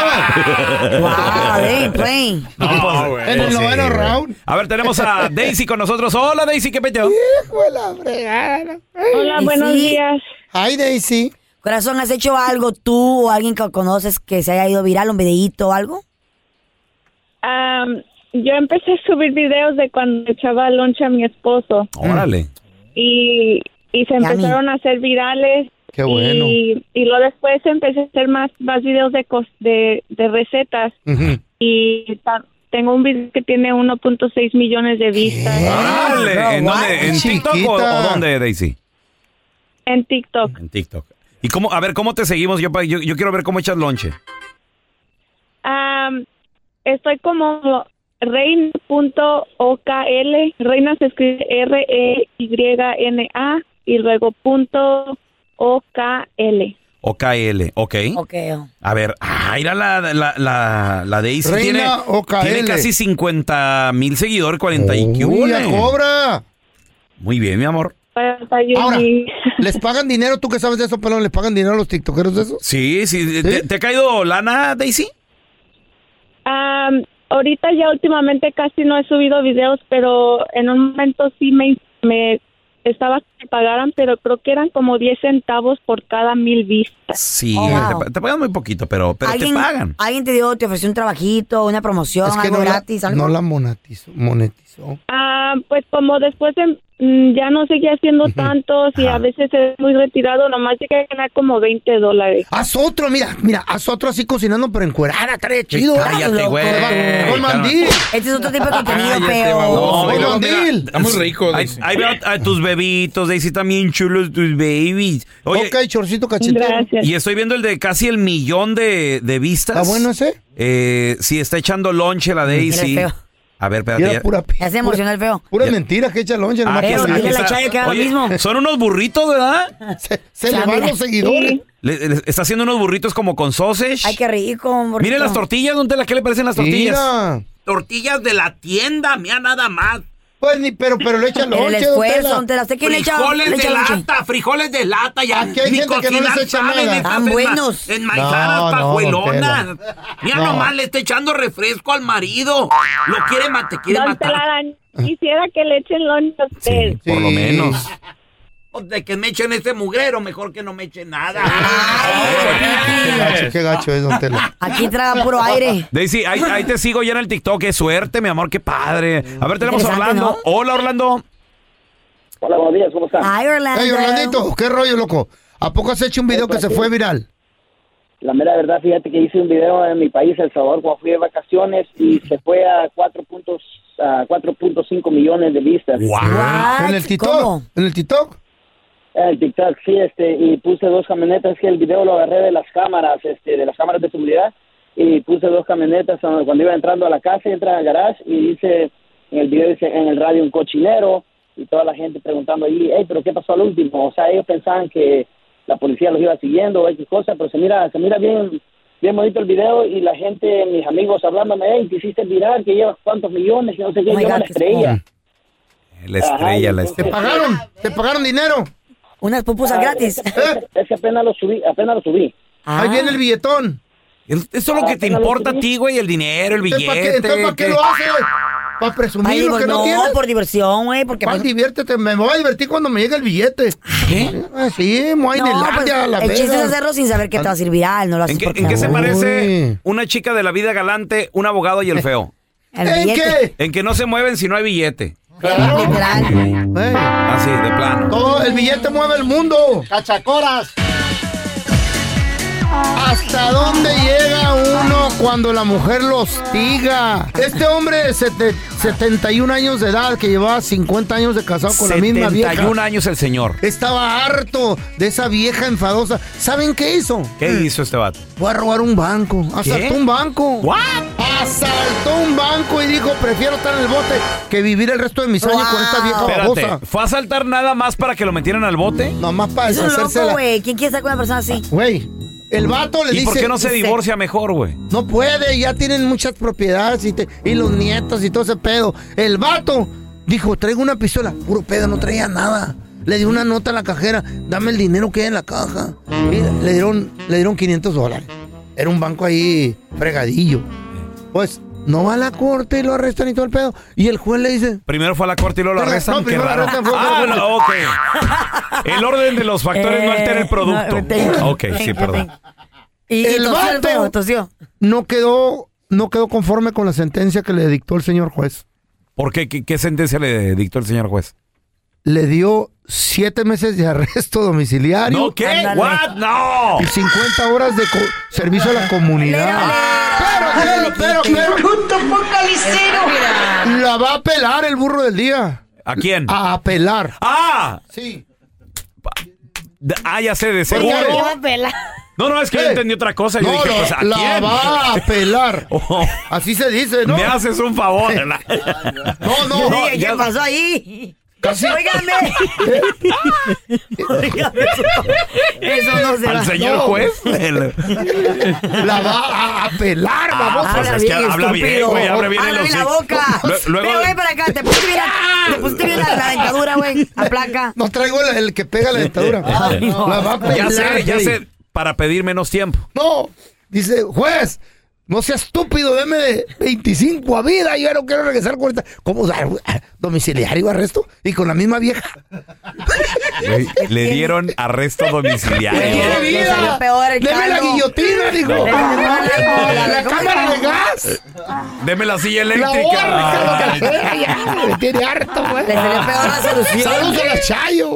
Wow, they ain't playing. No, güey. en el Sí, noveno güey. round. A ver, tenemos a Daisy con nosotros. Hola, Daisy, ¿qué pecho? Hijo de la fregada. Hola, Y buenos sí. días. Ay, Daisy. Corazón, ¿has hecho algo tú o alguien que conoces que se haya ido viral, un videíto o algo? Am, yo empecé a subir videos de cuando echaba lonche a mi esposo Órale. y, y se Yummy. empezaron a hacer virales. Qué bueno. Y, y luego después empecé a hacer más, más videos de, cos- de, de recetas. Ujú. Y ta- tengo un video que tiene uno punto seis millones de vistas Órale. Bro, ¿En what? dónde? ¿En TikTok o, Chiquita. o dónde, Daisy? en TikTok. En TikTok. ¿Y cómo? A ver, ¿cómo te seguimos? Yo, pa- yo, yo quiero ver cómo echas lonche. Am, estoy como reina.okl. Reina se escribe R E Y N A y luego punto O K L. O K L, ok. Ok. A ver, ah, mira la, la, la, la Daisy. Reina tiene, O K L. tiene casi cincuenta mil seguidores, cuarenta y Uy, Q. ya cobra. Muy bien, mi amor. Ahora, ¿les pagan dinero? ¿Tú qué sabes de eso, pelón? ¿Les pagan dinero a los tiktokeros de eso? Sí, sí. ¿Te, te ha caído lana, Daisy? Um, ahorita ya últimamente casi no he subido videos, pero en un momento sí me, me estaba que me pagaran, pero creo que eran como diez centavos por cada mil vistas. Sí, Oh, wow. te, te pagan muy poquito, pero, pero te ¿Alguien, pagan. ¿Alguien te dio, te ofreció un trabajito, una promoción, Es que algo no gratis? la, algo? no la monetizó. monetizó. Ah, pues como después de, mm, ya no seguía haciendo tantos y a veces es muy retirado, nomás llegué a ganar como veinte dólares. Haz otro, mira, mira, haz otro así cocinando, pero encuerada, trae chido. Cállate, güey. Con mandil. Este es otro tipo de contenido, Cállate, feo. baboso. Con Y luego, mandil. mira, Está muy rico. Ahí, Daisy. ahí veo a, a tus bebitos, Daisy, también chulos tus babies. Oye, Ok, chorcito cachetero. Gracias. y estoy viendo el de casi el millón de, de vistas. ¿Está bueno ese? Eh, sí, está echando lonche la Daisy. Mira el feo. A ver, espérate. Mira, ya- pura, Ya se emociona el feo. pura mentira que echa lonche. Ah, nomás aquí por está, el aquí dile a la video. está. Chayo que haga lo Oye, mismo. son unos burritos, ¿verdad? Se, se Ya, le van mira. los seguidores. Sí. Le- le- está haciendo unos burritos como con sausage. Ay, qué rico. un burrito. Mire las tortillas, ¿dónde la qué le parecen las tortillas? Mira. Tortillas de la tienda, mira nada más. Pues ni, pero, pero le echa El lonche. don esfuerzo, Tela. don Tela. ¿Usted quién le echa? Frijoles le de echa lonche? lata, frijoles de lata, ya. Aquí hay ni gente que no cocinar les echa saben nada. estas Tan enma- buenos. Enmaizadas No, no, pajuelonas. don Mira No. nomás, le está echando refresco al marido. Lo quiere matar, te quiere Don matar. Telaraño, quisiera que le echen lonche a usted. Por lo Sí. menos. De que me echen este mugrero, mejor que no me echen nada. Qué gacho, qué gacho es, don Tela. Aquí traga puro aire. Daisy, ahí, ahí te sigo ya en el TikTok. Qué suerte, mi amor, qué padre. A ver, tenemos a Interesante, Orlando. ¿no? Hola, Orlando. Hola, buenos días, ¿cómo están? Ay, Orlando. Ey, Orlandito, ¿qué rollo, loco? ¿A poco has hecho un video que se fue viral? La mera verdad, fíjate que hice un video en mi país, El Salvador, cuando fui de vacaciones y se fue a cuatro punto cinco millones de vistas. What? ¿En el TikTok? ¿Cómo? ¿En el TikTok? El TikTok, sí, este, y puse dos camionetas, que el video lo agarré de las cámaras, este, de las cámaras de seguridad, y puse dos camionetas ah, cuando iba entrando a la casa, entra al garage, y dice, en el video dice, en el radio un cochinero, y toda la gente preguntando ahí, hey, pero ¿qué pasó al último? O sea, ellos pensaban que la policía los iba siguiendo o X cosa, pero se mira, se mira bien, bien bonito el video, y la gente, mis amigos hablándome, hey, que hiciste viral, que llevas cuántos millones, y no sé qué, Oh my yo God, la qué estrella. La estrella, la ¿Te estrella. pagaron? ¿Te pagaron dinero? Unas pupusas gratis. Es, es que apenas lo subí, apenas lo subí. Ahí viene el billetón. Eso es lo que te importa a ti, güey, el dinero, el Entonces, ¿para qué, billete. entonces, ¿para qué que- lo haces? ¿Para Ay, presumir digo, lo que no, no, tienes? por diversión, güey. Porque ¿Cuál pues, diviértete? Me voy a divertir cuando me llegue el billete. ¿Qué? Ah, sí, muy no, en el pues, área, la el chiste es Vegas. hacerlo sin saber que te va a ser viral. No lo haces ¿En qué, porque en qué se no. parece Uy. una chica de la vida galante, un abogado y el feo? El ¿En billete. qué? En que no se mueven si no hay billete. Literal. Eh, Así, de plano. todo el billete mueve el mundo. Cachacoras. ¿Hasta dónde llega uno cuando la mujer lo hostiga? Este hombre de sete- setenta y un años de edad que llevaba cincuenta años de casado con la misma vieja. setenta y un años el señor. Estaba harto de esa vieja enfadosa. ¿Saben qué hizo? ¿Qué hizo este vato? Fue a robar un banco. Asaltó ¿Qué? un banco. ¿What? Asaltó un banco y dijo, prefiero estar en el bote que vivir el resto de mis años con esta vieja babosa. Espérate, ¿fue a saltar nada más para que lo metieran al bote? Nomás para Es un deshacerse loco, la... güey. ¿Quién quiere estar con una persona así? Güey, el vato le ¿Y dice... por qué no se dice, divorcia mejor, güey? No puede, ya tienen muchas propiedades y, te- y los nietos y todo ese pedo. El vato dijo, traigo una pistola. Puro pedo, no traía nada. Le dio una nota a la cajera, dame el dinero que hay en la caja. Mira, le dieron, le dieron quinientos dólares. Era un banco ahí fregadillo. Pues no va a la corte y lo arrestan y todo el pedo. Y el juez le dice... Primero fue a la corte y luego lo No, arrestan. no, Qué primero raro. lo arrestan, fue a la Ah, corte. no, ok. El orden de los factores no altera el producto. no, thank you, Ok, thank sí, you, perdón. thank you. Y, y El tosió el vato feo, tosió. no quedó, no quedó conforme con la sentencia que le dictó el señor juez. ¿Por qué? ¿Qué, qué sentencia le dictó el señor juez? Le dio siete meses de arresto domiciliario. ¿No qué? Ándale. ¿What? ¡No! Y cincuenta horas de co- servicio a la comunidad. Pero, pero, pero, pero. ¡Puto focalicero! La va a apelar el burro del día. ¿A quién? A apelar. ¡Ah! Sí. De- Ah, ya sé, de ¿Por seguro. qué? ¿Qué va a pelar? No, no, es que ¿Qué? yo entendí otra cosa. Yo No, dije, lo- pues, ¿a la quién? va a apelar. Oh, Así se dice, ¿no? me haces un favor. No, no. Yo dije, ya- ¿qué pasó ahí? Casi. Óigame. Óigame. Eso no se va. Al señor No. juez. La va a apelar, Ah, vamos. pues es que habla bien, güey. Abre bien el Habla bien la hocico. boca. Lu- Luego. Pero ven para acá, te pusiste bien, la- te pusiste bien la, la dentadura, güey. A placa. No traigo el, el que pega la dentadura. Ay, no. La va a apelar. Ya sé, ya güey. sé. Para pedir menos tiempo. No, dice, juez, no sea estúpido, deme de veinticinco a vida, yo ya no quiero regresar cuarenta. ¿Cómo? ¿Domiciliario arresto? Y con la misma vieja. Güey, le dieron arresto domiciliario. ¡Tiene Le vida! salió peor el ¡Deme la caldo. guillotina, dijo! Le salió peor ¡La, la- ¿cómo cámara se de llama? gas! Deme la silla ¡La eléctrica. hora, Ricardo Cajera, ya! Me tiene harto, güey. Le salió peor la solución. ¡Saludos a la Chayo!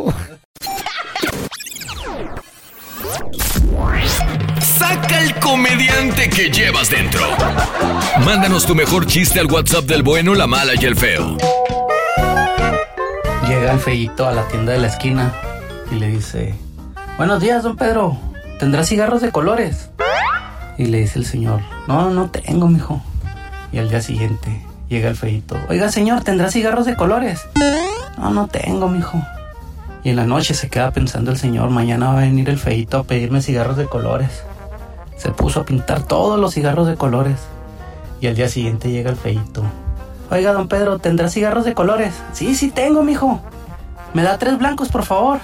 Saca el comediante que llevas dentro. Mándanos tu mejor chiste al WhatsApp del bueno, la mala y el feo. Llega el feíto a la tienda de la esquina y le dice: buenos días, don Pedro, ¿tendrá cigarros de colores? Y le dice el señor: no, no tengo, mijo. Y al día siguiente llega el feíto: oiga, señor, ¿tendrá cigarros de colores? No, no tengo, mijo. Y en la noche se queda pensando el señor: mañana va a venir el feíto a pedirme cigarros de colores. Se puso a pintar todos los cigarros de colores. Y al día siguiente llega el feíto: oiga, don Pedro, ¿tendrá cigarros de colores? Sí, sí tengo, mijo. ¿Me da tres blancos, por favor?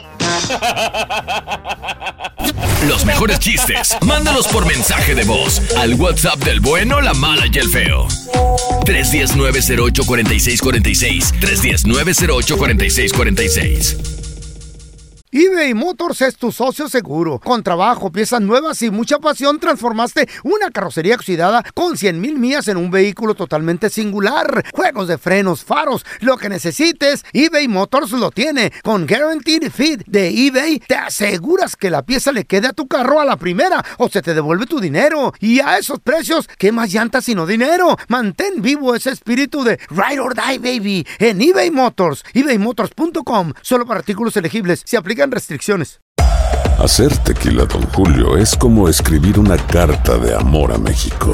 Los mejores chistes, mándalos por mensaje de voz al WhatsApp del bueno, la mala y el feo. tres uno cero, nueve cero ocho, cuatro seis cuatro seis. tres uno cero, nueve cero ocho, cuatro seis cuatro seis. eBay Motors es tu socio seguro. Con trabajo, piezas nuevas y mucha pasión, transformaste una carrocería oxidada con cien mil millas en un vehículo totalmente singular. Juegos de frenos, faros, lo que necesites, eBay Motors lo tiene. Con Guaranteed Fit de eBay, te aseguras que la pieza le quede a tu carro a la primera o se te devuelve tu dinero. Y a esos precios, ¿qué más llantas sino dinero? Mantén vivo ese espíritu de Ride or Die, baby, en eBay Motors. ebay motors punto com. Solo para artículos elegibles. Se aplican restricciones. Hacer tequila Don Julio es como escribir una carta de amor a México.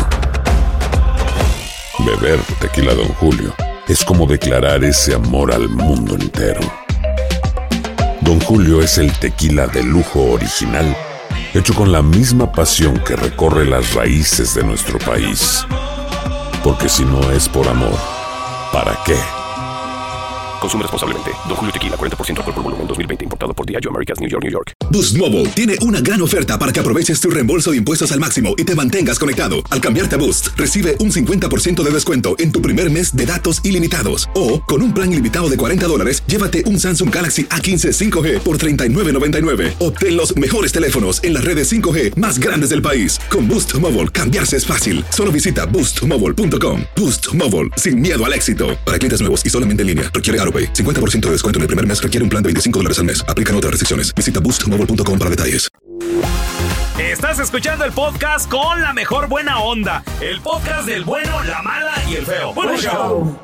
Beber tequila Don Julio es como declarar ese amor al mundo entero. Don Julio es el tequila de lujo original, hecho con la misma pasión que recorre las raíces de nuestro país. Porque si no es por amor, ¿para qué? Consume responsablemente. Don Julio Tequila, cuarenta por ciento alcohol por volumen, dos mil veinte. Importado por Diageo Americas, New York, New York. Boost Mobile tiene una gran oferta para que aproveches tu reembolso de impuestos al máximo y te mantengas conectado. Al cambiarte a Boost, recibe un cincuenta por ciento de descuento en tu primer mes de datos ilimitados. O, con un plan ilimitado de cuarenta dólares, llévate un Samsung Galaxy A quince cinco G por treinta y nueve noventa y nueve. Obtén los mejores teléfonos en las redes cinco G más grandes del país. Con Boost Mobile, cambiarse es fácil. Solo visita boost mobile punto com. Boost Mobile, sin miedo al éxito. Para clientes nuevos y solamente en línea, requiere AutoPay. cincuenta por ciento de descuento en el primer mes requiere un plan de veinticinco dólares al mes. Aplican otras restricciones. Visita boost mobile punto com para detalles. Estás escuchando el podcast con la mejor buena onda. El podcast del bueno, la mala y el feo. ¡Buen show!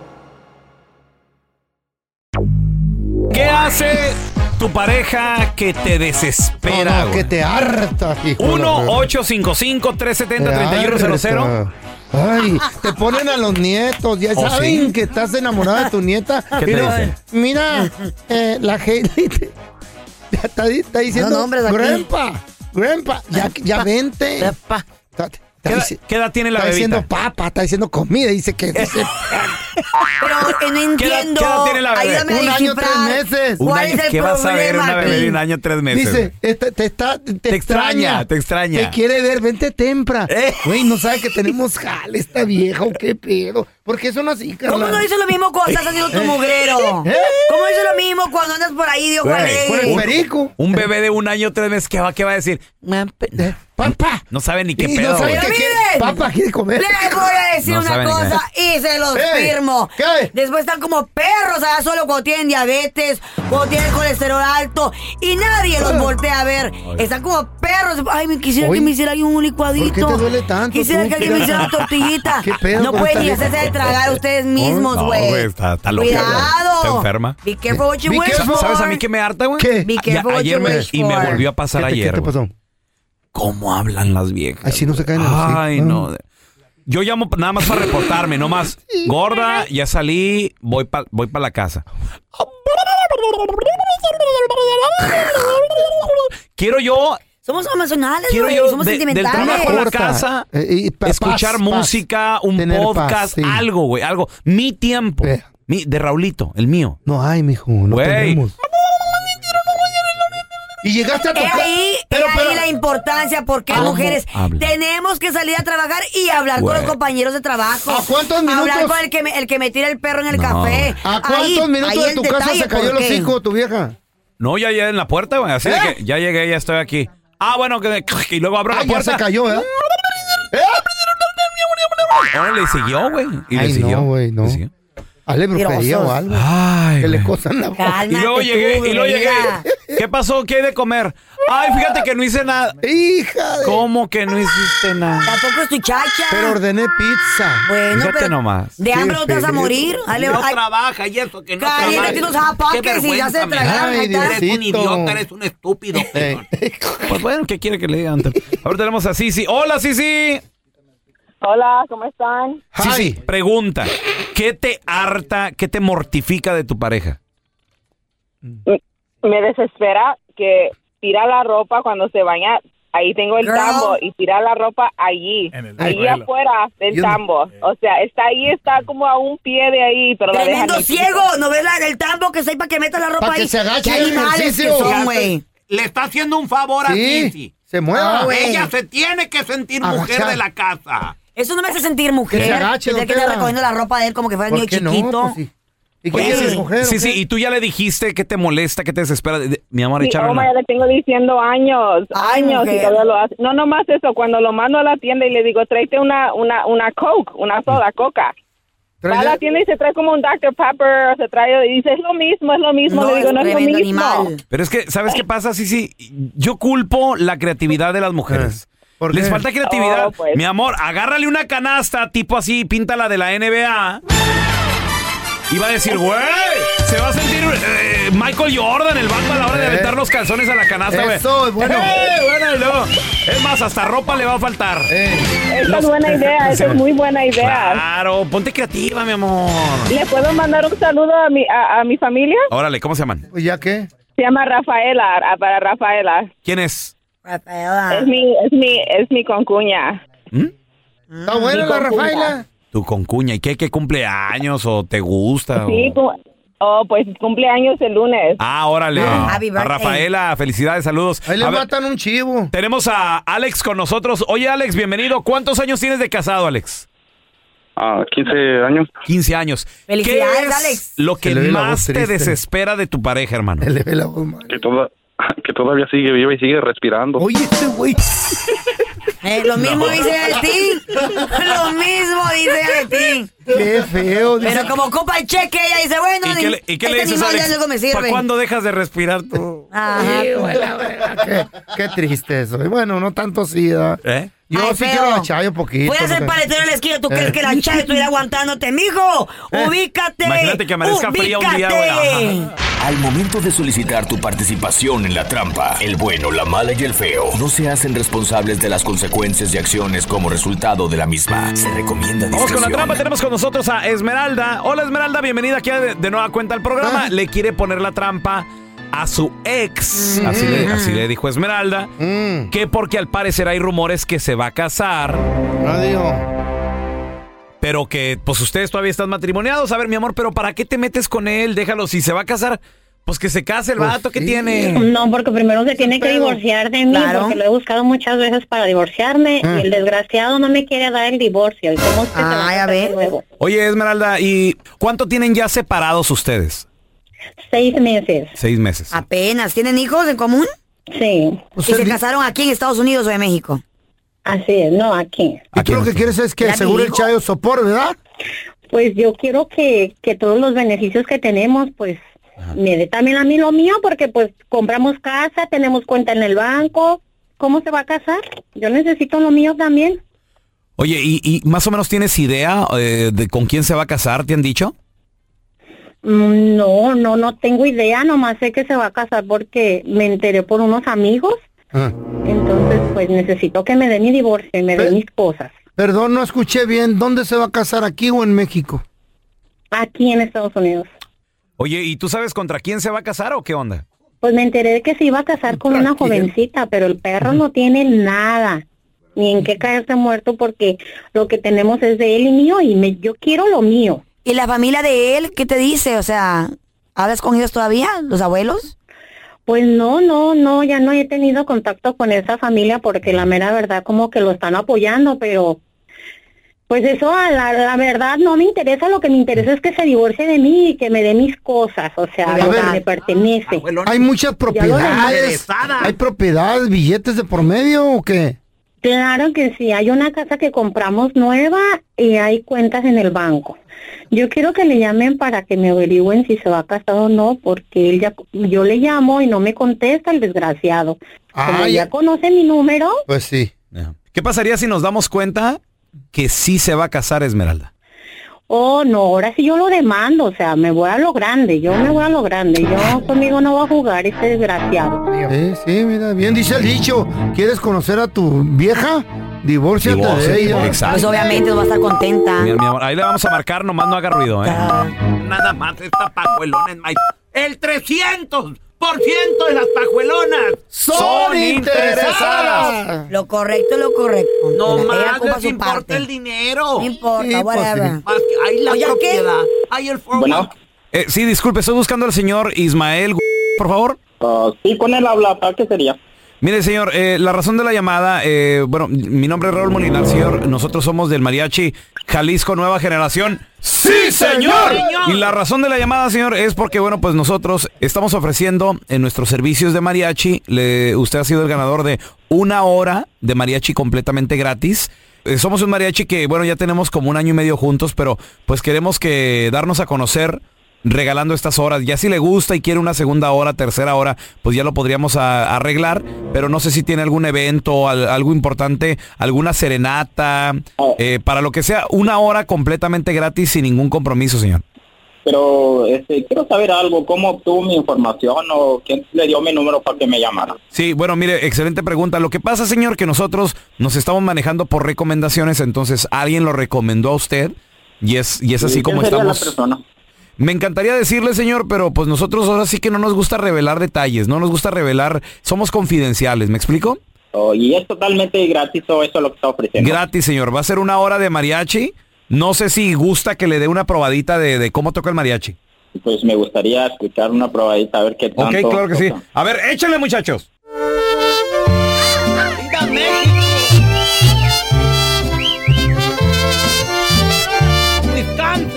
¿Qué hace tu pareja que te desespera? No, no, güey? que te harta, hijo de la uno fregada. ocho cinco cinco, tres siete cero, Te tres uno cero cero. harta. Ay, te ponen a los nietos, ya ¿Oh, saben sí? que estás enamorada de tu nieta. ¿Qué te Mira, dicen? mira, eh, la Hailey te- está, está diciendo, No nombres aquí. grandpa, grandpa, ya, ya vente. Grandpa. Está, está ¿Qué edad, dici- qué edad tiene la está bebita? diciendo papa, está diciendo comida, dice que dice, Pero que no ¿Qué edad- entiendo. qué edad tiene la bebé? Ayúdame a Un año, descifrar. tres meses. Un ¿Cuál año, es el ¿qué vas a ver problema una bebé de aquí? un año, tres meses? dice, este, te está, te, Te extraña, te extraña. Te quiere ver, vente temprano. Eh. Güey, no sabe que tenemos jale esta vieja o qué pedo. ¿Por qué son así, ¿Cómo carnal? no dice lo mismo cuando estás haciendo tu Eh. mugrero? ¿Eh? ¿Cómo dice lo mismo cuando andas por ahí de ojo Güey, alegre? Con el perico. Un bebé de un año, tres meses, ¿qué va, qué va a decir? Eh, Papá. No sabe ni qué Y pedo, no sabe güey. qué, Pero qué- miren. Papá quiere comer. Les voy a decir No una saben ni cosa y se los ¿Qué? firmo. ¿Qué? Después están como perros allá solo cuando tienen diabetes, cuando tienen colesterol alto y nadie los voltea a ver. Están como perros. Ay, me quisiera Oye, que me hiciera ahí un licuadito. ¿por qué te duele tanto, Quisiera tú? que alguien me hiciera una tortillita. ¿Qué pedo No con pueden esta ni vieja? hacerse de tragar ustedes mismos, No, güey. güey, está- está loca, Cuidado. está enferma. Be careful what you Be wish careful. for. ¿Sabes a mí qué me harta, güey? ¿Qué? Be Ya- careful what ayer you me, wish y me for. volvió a pasar ¿Qué te, ayer, qué te güey. pasó? ¿Cómo hablan las viejas? Ay, si no se caen en el hocico. Ay, no. Yo llamo nada más para reportarme, no más. Gorda, ya salí, voy para voy pa la casa. Quiero yo... Somos emocionales, Quiero güey, yo somos de, del sentimentales. trabajo a la casa, Eh, y pa- escuchar paz, música, un Tener paz, podcast, sí. algo, güey, algo. Mi tiempo. Eh. Mi, de Raulito, el mío. No hay, mijo, no Güey. tenemos. Y llegaste a He tocar. ahí, Pero, he ahí pero- la importancia porque ¿Cómo mujeres habla? tenemos que salir a trabajar y hablar Güey. con los compañeros de trabajo. ¿A cuántos minutos? Hablar con el que me, el que me tira el perro en el No, café. ¿A cuántos Ahí- minutos ahí de el tu casa detalle, se cayó ¿por el qué? hocico tu vieja? No, ya llegué en la puerta, güey. Así de ¿Eh? que ya llegué, ya estoy aquí. Ah, bueno, que y luego abro Ah, la ya puerta. se cayó, ¿eh? Oh, le siguió, güey. Y Ay, le siguió. no, güey, no. Le siguió. Hazle brujería o algo. Ay, Que le güey. cosan la boca. Cálmate Y luego tú, llegué, y luego llegué. brujería. ¿Qué pasó? ¿Qué hay de comer? Ay, fíjate que no hice nada. Hija de... ¿Cómo que no hiciste nada? Tampoco es tu chacha. Pero ordené pizza. Bueno, Fíjate pero nomás. de hambre no te vas a feliz. morir. Dale, No ay, trabaja y eso, que no caliéntate unos japaques y ya se tragaron. Ay, ahí está. Diosito. un estúpido. Eh, Pues bueno, ¿qué quiere que le digan? Ahora tenemos a Sisi. Hola, Sisi. Hola, ¿cómo están? Sisi, pregunta. ¿Qué te harta, qué te mortifica de tu pareja? Me desespera que tira la ropa cuando se baña. Ahí tengo el Girl. tambo y tira la ropa allí, En el allí suelo. afuera del Yo no- tambo. O sea, está ahí, está como a un pie de ahí, pero la dejan Tremendo en el piso. ciego. ¿No ves la, el tambo que está ahí para que meta la ropa Pa' que ahí? se agache ¿Qué el animales que ejercicio. son, güey? Le está haciendo un favor sí, se mueva. Ah, güey. Ella se tiene que sentir mujer de la casa. Eso no me hace sentir mujer. Que se agache, Tendría don que estar Tela. recogiendo la ropa de él como que fuera ¿Por niño qué no? chiquito. Pues sí. ¿Y qué Oye, quieres sí, mujer? Sí, o sí, qué? y tú ya le dijiste qué te molesta, qué te desespera. De- de- Mi amor, Sí, échale oh, una- ya le tengo diciendo años, Ay, años mujer. y todavía lo hace. No, nomás eso, cuando lo mando a la tienda y le digo, tráete una, una, una Coke, una soda, Coca. Va a la tienda y se trae como un doctor Pepper, se trae y dice, es lo mismo, es lo mismo. No, le digo, es no es lo tremendo mismo. animal. Pero es que, ¿sabes qué pasa? Sí, sí. Yo culpo la creatividad de las mujeres. ¿Por Les qué? falta creatividad. Oh, pues. Mi amor, agárrale una canasta tipo así, píntala de la N B A. Y va a decir, güey, se va a sentir eh, Michael Jordan, el vato a la hora de Eh. aventar los calzones a la canasta, güey. Eso es bueno. Eh, bueno, y luego, es más, hasta ropa le va a faltar. Eh, Esa es buena idea, esa es muy buena idea. Claro, ponte creativa, mi amor. ¿Le puedo mandar un saludo a mi, a, a mi familia? Órale, ¿cómo se llaman? pues ya qué. Se llama Rafaela, a- para Rafaela. ¿Quién es? Rafaela. Es mi, es mi, es mi concuña. ¿Mm? Está buena Mi la concuña. Rafaela. Tu concuña. ¿Y qué? ¿Qué cumpleaños o te gusta? Sí, o- cu- oh, pues cumpleaños el lunes. Ah, órale. Ah. Happy A birthday. Rafaela, felicidades, saludos. Ahí le A ver, matan un chivo. tenemos a Alex con nosotros. Oye, Alex, bienvenido. ¿Cuántos años tienes de casado, Alex? Ah, quince años. quince años. Felicidades, ¿Qué es Alex. lo que Se le ve la voz más te triste. desespera de tu pareja, hermano? Le ve la voz mal. Que, toda, que todavía sigue viva y sigue respirando. Oye, este güey. Eh, lo mismo dice de ti. Lo mismo dice de ti. Qué feo. dice. Pero como copa el cheque, ella dice, bueno, ¿Y qué le, y qué le este dices, animal ya Alex? luego me ¿Para sirve. cuándo dejas de respirar tú? Ajá. qué, qué triste eso. Y bueno, no tanto sida. ¿Eh? Yo Ay, sí feo. quiero la Chayo poquito. Voy a ser porque- paletero en la esquina. ¿Tú Eh. crees que la Chayo estuviera aguantándote, mijo? Ubícate. Imagínate que amanezca fría un día, güey. Ubícate. Al momento de solicitar tu participación en la trampa, el bueno, la mala y el feo no se hacen responsables de las consecuencias y acciones como resultado de la misma. Se recomienda Vamos con la discreción. trampa. Tenemos con nosotros a Esmeralda. Hola, Esmeralda. Bienvenida aquí de, de nueva cuenta al programa. Ah. Le quiere poner la trampa a su ex. Así, le, así le dijo Esmeralda. Mm, Que porque al parecer hay rumores que se va a casar. radio. Pero que, pues ustedes todavía están matrimoniados. A ver, mi amor, pero ¿para qué te metes con él? Déjalo. Si se va a casar, pues que se case el Pues vato que sí. tiene. No, porque primero se tiene que Pero- divorciar de mí, Claro. porque lo he buscado muchas veces para divorciarme Ah. y el desgraciado no me quiere dar el divorcio. ¿Y cómo es que se va a Ay, a casar ver. luego? Oye, Esmeralda, ¿y cuánto tienen ya separados ustedes? Seis meses. Seis meses. Apenas. ¿Tienen hijos en común? Sí, Pues ¿Y se el- casaron aquí en Estados Unidos o en México? así es, no aquí. Y tú lo que quieres es que ¿Ya asegure te el dijo? Chayo sopor, ¿verdad? Pues yo quiero que, que todos los beneficios que tenemos, pues me dé también a mí lo mío, porque pues compramos casa, tenemos cuenta en el banco. ¿Cómo se va a casar? Yo necesito lo mío también. Oye, ¿y, y más o menos tienes idea eh, de con quién se va a casar? ¿Te han dicho? Mm, No, no, no tengo idea, nomás sé que se va a casar porque me enteré por unos amigos. Ah. Entonces, pues necesito que me dé mi divorcio y me dé Pero- mis cosas. Perdón, no escuché bien. ¿Dónde se va a casar, aquí o en México? Aquí en Estados Unidos. Oye, ¿y tú sabes contra quién se va a casar o qué onda? Pues me enteré de que se iba a casar con una jovencita, pero el perro no tiene nada, ni en qué caerse muerto, porque lo que tenemos es de él y mío, y me, yo quiero lo mío. ¿Y la familia de él qué te dice? O sea, ¿hablas con ellos todavía, los abuelos? Pues no, no, no, ya no he tenido contacto con esa familia porque la mera verdad como que lo están apoyando, pero pues eso a la, la verdad no me interesa, lo que me interesa es que se divorcie de mí y que me dé mis cosas, o sea, A lo ver, que me pertenece. Hay muchas propiedades. demás. ¿Hay propiedades, billetes de por medio o qué? Claro que sí, hay una casa que compramos nueva y hay cuentas en el banco. Yo quiero que le llamen para que me averigüen si se va a casar o no, porque él ya, yo le llamo y no me contesta el desgraciado. Como Ay. ya conoce mi número, Pues sí. ¿Qué pasaría si nos damos cuenta que sí se va a casar, Esmeralda? oh no, ahora sí yo lo demando, o sea, me voy a lo grande, yo me voy a lo grande, yo conmigo no va a jugar ese desgraciado. Sí, sí, mira, bien dice el dicho. ¿Quieres conocer a tu vieja? Divórciate Divorcio, de ella. exacto. Pues obviamente va a estar contenta. Mira, mi amor, ahí le vamos a marcar, nomás no haga ruido, ¿eh? Nada más esta pajuelona, Mike. El trescientos por ciento de las pajuelonas son interesadas. Lo correcto es lo correcto. No Ella más ocupa les su importa parte. el dinero. No importa, Sí, pues, whatever. sí. Más que hay la Oye, ¿qué? propiedad, hay el forward. Eh, sí, disculpe, estoy buscando al señor Ismael, por favor. sí, con él habla, ¿para qué sería? Mire, señor, eh, la razón de la llamada, eh, bueno, mi nombre es Raúl Molinar, señor. Nosotros somos del Mariachi Jalisco Nueva Generación. ¡Sí, señor! Y la razón de la llamada, señor, es porque, bueno, pues nosotros estamos ofreciendo en nuestros servicios de mariachi, le, usted ha sido el ganador de una hora de mariachi completamente gratis. Eh, somos un mariachi que, bueno, ya tenemos como un año y medio juntos, pero pues queremos que darnos a conocer regalando estas horas. Ya si le gusta y quiere una segunda hora, tercera hora, pues ya lo podríamos a, arreglar, pero no sé si tiene algún evento, al, algo importante, alguna serenata, eh, para lo que sea, una hora completamente gratis sin ningún compromiso, señor. Pero este, quiero saber algo, ¿cómo obtuvo mi información o quién le dio mi número para que me llamara? Sí, bueno, mire, excelente pregunta. Lo que pasa, señor, que nosotros nos estamos manejando por recomendaciones, entonces alguien lo recomendó a usted y es, y es así ¿Quién como sería estamos... la persona? Me encantaría decirle, señor, pero pues nosotros ahora sí que no nos gusta revelar detalles, no nos gusta revelar, somos confidenciales, ¿me explico? Oh, ¿y es totalmente gratis o eso es lo que está ofreciendo? Gratis, señor, va a ser una hora de mariachi, no sé si gusta que le dé una probadita de, de cómo toca el mariachi. Pues me gustaría escuchar una probadita, a ver qué tanto... Ok, claro que sí. toca. A ver, échale, muchachos. ¡Viva México! ¡Wisconsin!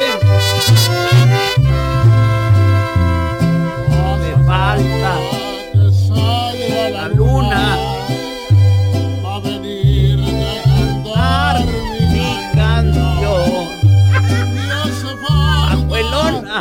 Me falta la luna va a venir a cantar mi canción. Abuelona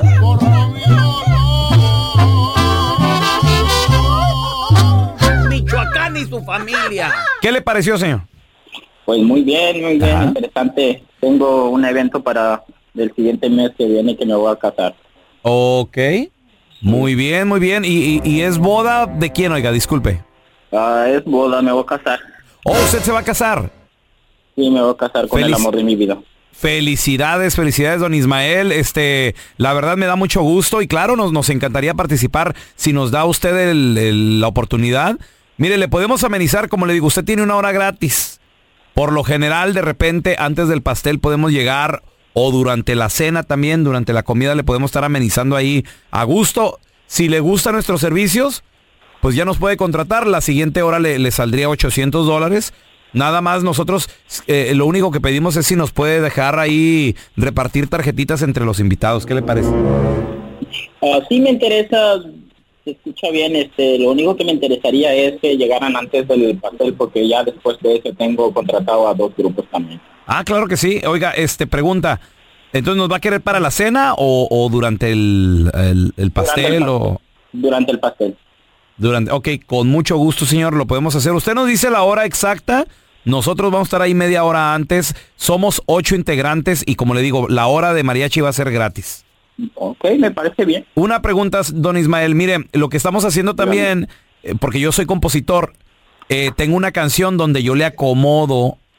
Michoacán y su familia. ¿Qué le pareció, señor? Pues muy bien, muy bien, interesante. Tengo un evento para el siguiente mes que viene que me voy a casar. Ok. Muy bien, muy bien. ¿Y, y, y es boda de quién, oiga? Disculpe. Ah, es boda, me voy a casar. ¿Oh, usted se va a casar? Sí, me voy a casar con Feliz- el amor de mi vida. Felicidades, felicidades, don Ismael. Este, la verdad me da mucho gusto y claro, nos, nos encantaría participar si nos da usted el- el- la oportunidad. Mire, le podemos amenizar, como le digo, usted tiene una hora gratis. Por lo general, de repente, antes del pastel podemos llegar, o durante la cena también, durante la comida le podemos estar amenizando ahí a gusto. Si le gustan nuestros servicios, pues ya nos puede contratar. La siguiente hora le, le saldría ochocientos dólares. Nada más nosotros, eh, lo único que pedimos es si nos puede dejar ahí repartir tarjetitas entre los invitados. ¿Qué le parece? Ah, sí me interesa, se escucha bien, este, lo único que me interesaría es que llegaran antes del pastel porque ya después de eso tengo contratado a dos grupos también. Ah, claro que sí. Oiga, este, pregunta, ¿entonces nos va a querer para la cena o, o durante el, el, el pastel? Durante el o Durante el pastel. durante? Ok, con mucho gusto, señor, lo podemos hacer. Usted nos dice la hora exacta. Nosotros vamos a estar ahí media hora antes. Somos ocho integrantes y como le digo, la hora de mariachi va a ser gratis. Ok, me parece bien. Una pregunta, don Ismael. Mire, lo que estamos haciendo también, eh, porque yo soy compositor, eh, tengo una canción donde yo le acomodo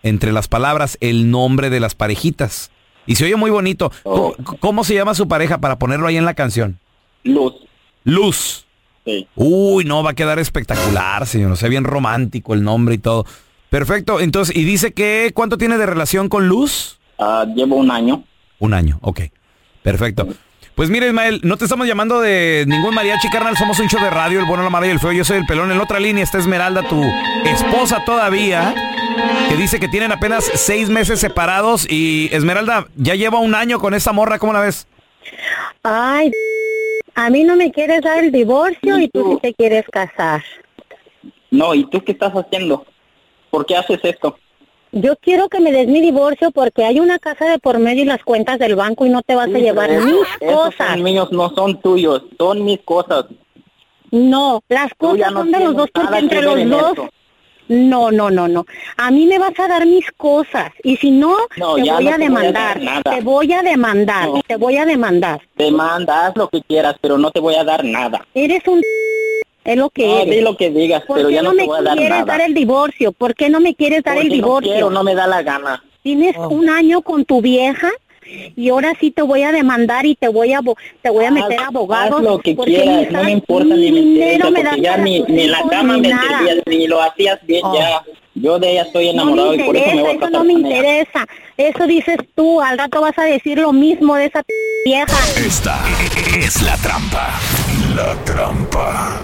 entre las palabras el nombre de las parejitas. Y se oye muy bonito. Oh. ¿Cómo, cómo se llama su pareja para ponerlo ahí en la canción? Luz. Luz. Sí. Uy, no, va a quedar espectacular, señor. O sea, bien romántico el nombre y todo. Perfecto. Entonces, ¿y dice que cuánto tiene de relación con Luz? Uh, llevo un año. Un año, ok. Perfecto. Pues mira, Ismael, no te estamos llamando de ningún mariachi, carnal. Somos un show de radio, el bueno, la mala y el feo. Yo soy el pelón. En la otra línea está Esmeralda, tu esposa todavía, que dice que tienen apenas seis meses separados. Y Esmeralda, ya lleva un año con esta morra. ¿Cómo la ves? Ay, a mí no me quieres dar el divorcio y tú sí te quieres casar. No, ¿y tú qué estás haciendo? ¿Por qué haces esto? Yo quiero que me des mi divorcio porque hay una casa de por medio y las cuentas del banco y no te vas Sí, a llevar pero mis esos cosas. son míos, no son tuyos, son mis cosas. No, las Tú ya cosas no son de los tienes dos porque nada entre que ver los en dos... eso. No, no, no, no. A mí me vas a dar mis cosas y si no, No, te ya voy no a te voy a dar demandar. nada. Te voy a demandar, No. te voy a demandar. Demanda, haz lo que quieras, pero no te voy a dar nada. Eres un... Es lo que No, eres. di lo que digas, ¿Por pero qué ya no no te me voy a dar quieres nada. dar el divorcio? ¿Por qué no me quieres dar el Porque divorcio? no quiero, no me da la gana. Tienes un año con tu vieja y ahora sí te voy a demandar y te voy a abo- te voy a meter Haz- abogados. Haz lo que porque quieras, ni no me das- importa ni me dinero interesa, me das porque ya para ni, tus ni en la hijos, cama ni me nada. servías, ni lo hacías bien Oh. ya. Yo de ella estoy No me enamorado y por eso me interesa, voy a eso casar no me con ella. interesa. Eso dices tú, al rato vas a decir lo mismo de esa vieja. Esta es la trampa. La trampa.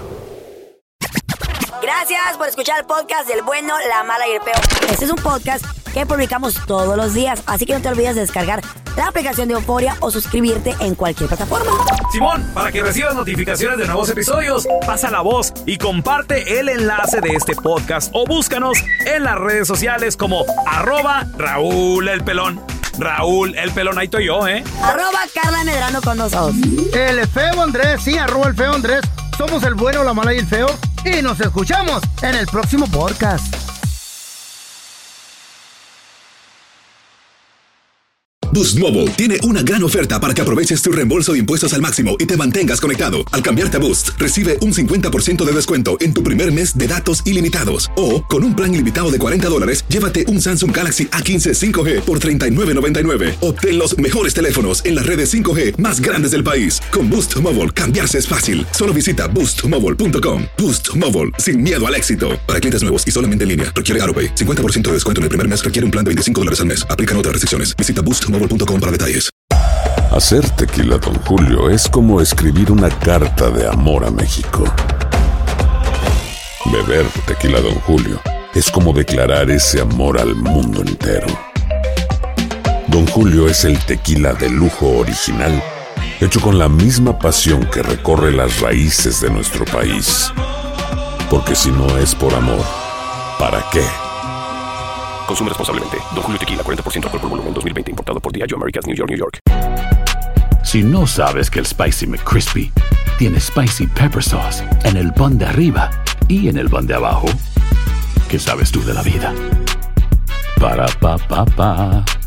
Gracias por escuchar el podcast del bueno, la mala y el peor. Este es un podcast que publicamos todos los días, así que no te olvides de descargar la aplicación de Euforia o suscribirte en cualquier plataforma. Simón, para que recibas notificaciones de nuevos episodios, pasa la voz y comparte el enlace de este podcast o búscanos en las redes sociales como arroba Raúl el Pelón. Raúl el Pelón, ahí estoy yo, ¿eh? Arroba Carla Medrano con nosotros. El feo Andrés, sí, arroba el feo Andrés. Somos el bueno, la mala y el feo. Y nos escuchamos en el próximo podcast. Boost Mobile tiene una gran oferta para que aproveches tu reembolso de impuestos al máximo y te mantengas conectado. Al cambiarte a Boost, recibe un cincuenta por ciento de descuento en tu primer mes de datos ilimitados. O, con un plan ilimitado de cuarenta dólares, llévate un Samsung Galaxy A quince cinco G por treinta y nueve noventa y nueve. Obtén los mejores teléfonos en las redes cinco G más grandes del país. Con Boost Mobile, cambiarse es fácil. Solo visita boost mobile punto com. Boost Mobile, sin miedo al éxito. Para clientes nuevos y solamente en línea, requiere AutoPay. cincuenta por ciento de descuento en el primer mes requiere un plan de veinticinco dólares al mes. Aplican otras restricciones. Visita boost mobile punto com para detalles. Hacer tequila Don Julio es como escribir una carta de amor a México. Beber tequila Don Julio es como declarar ese amor al mundo entero. Don Julio es el tequila de lujo original, hecho con la misma pasión que recorre las raíces de nuestro país. Porque si no es por amor, ¿para qué? Consume responsablemente. Don Julio Tequila, cuarenta por ciento alcohol por volumen, dos mil veinte. Importado por Diageo Americas, New York, New York. Si no sabes que el Spicy McCrispy tiene Spicy Pepper Sauce en el pan de arriba y en el pan de abajo, ¿qué sabes tú de la vida? Para, pa, pa, pa.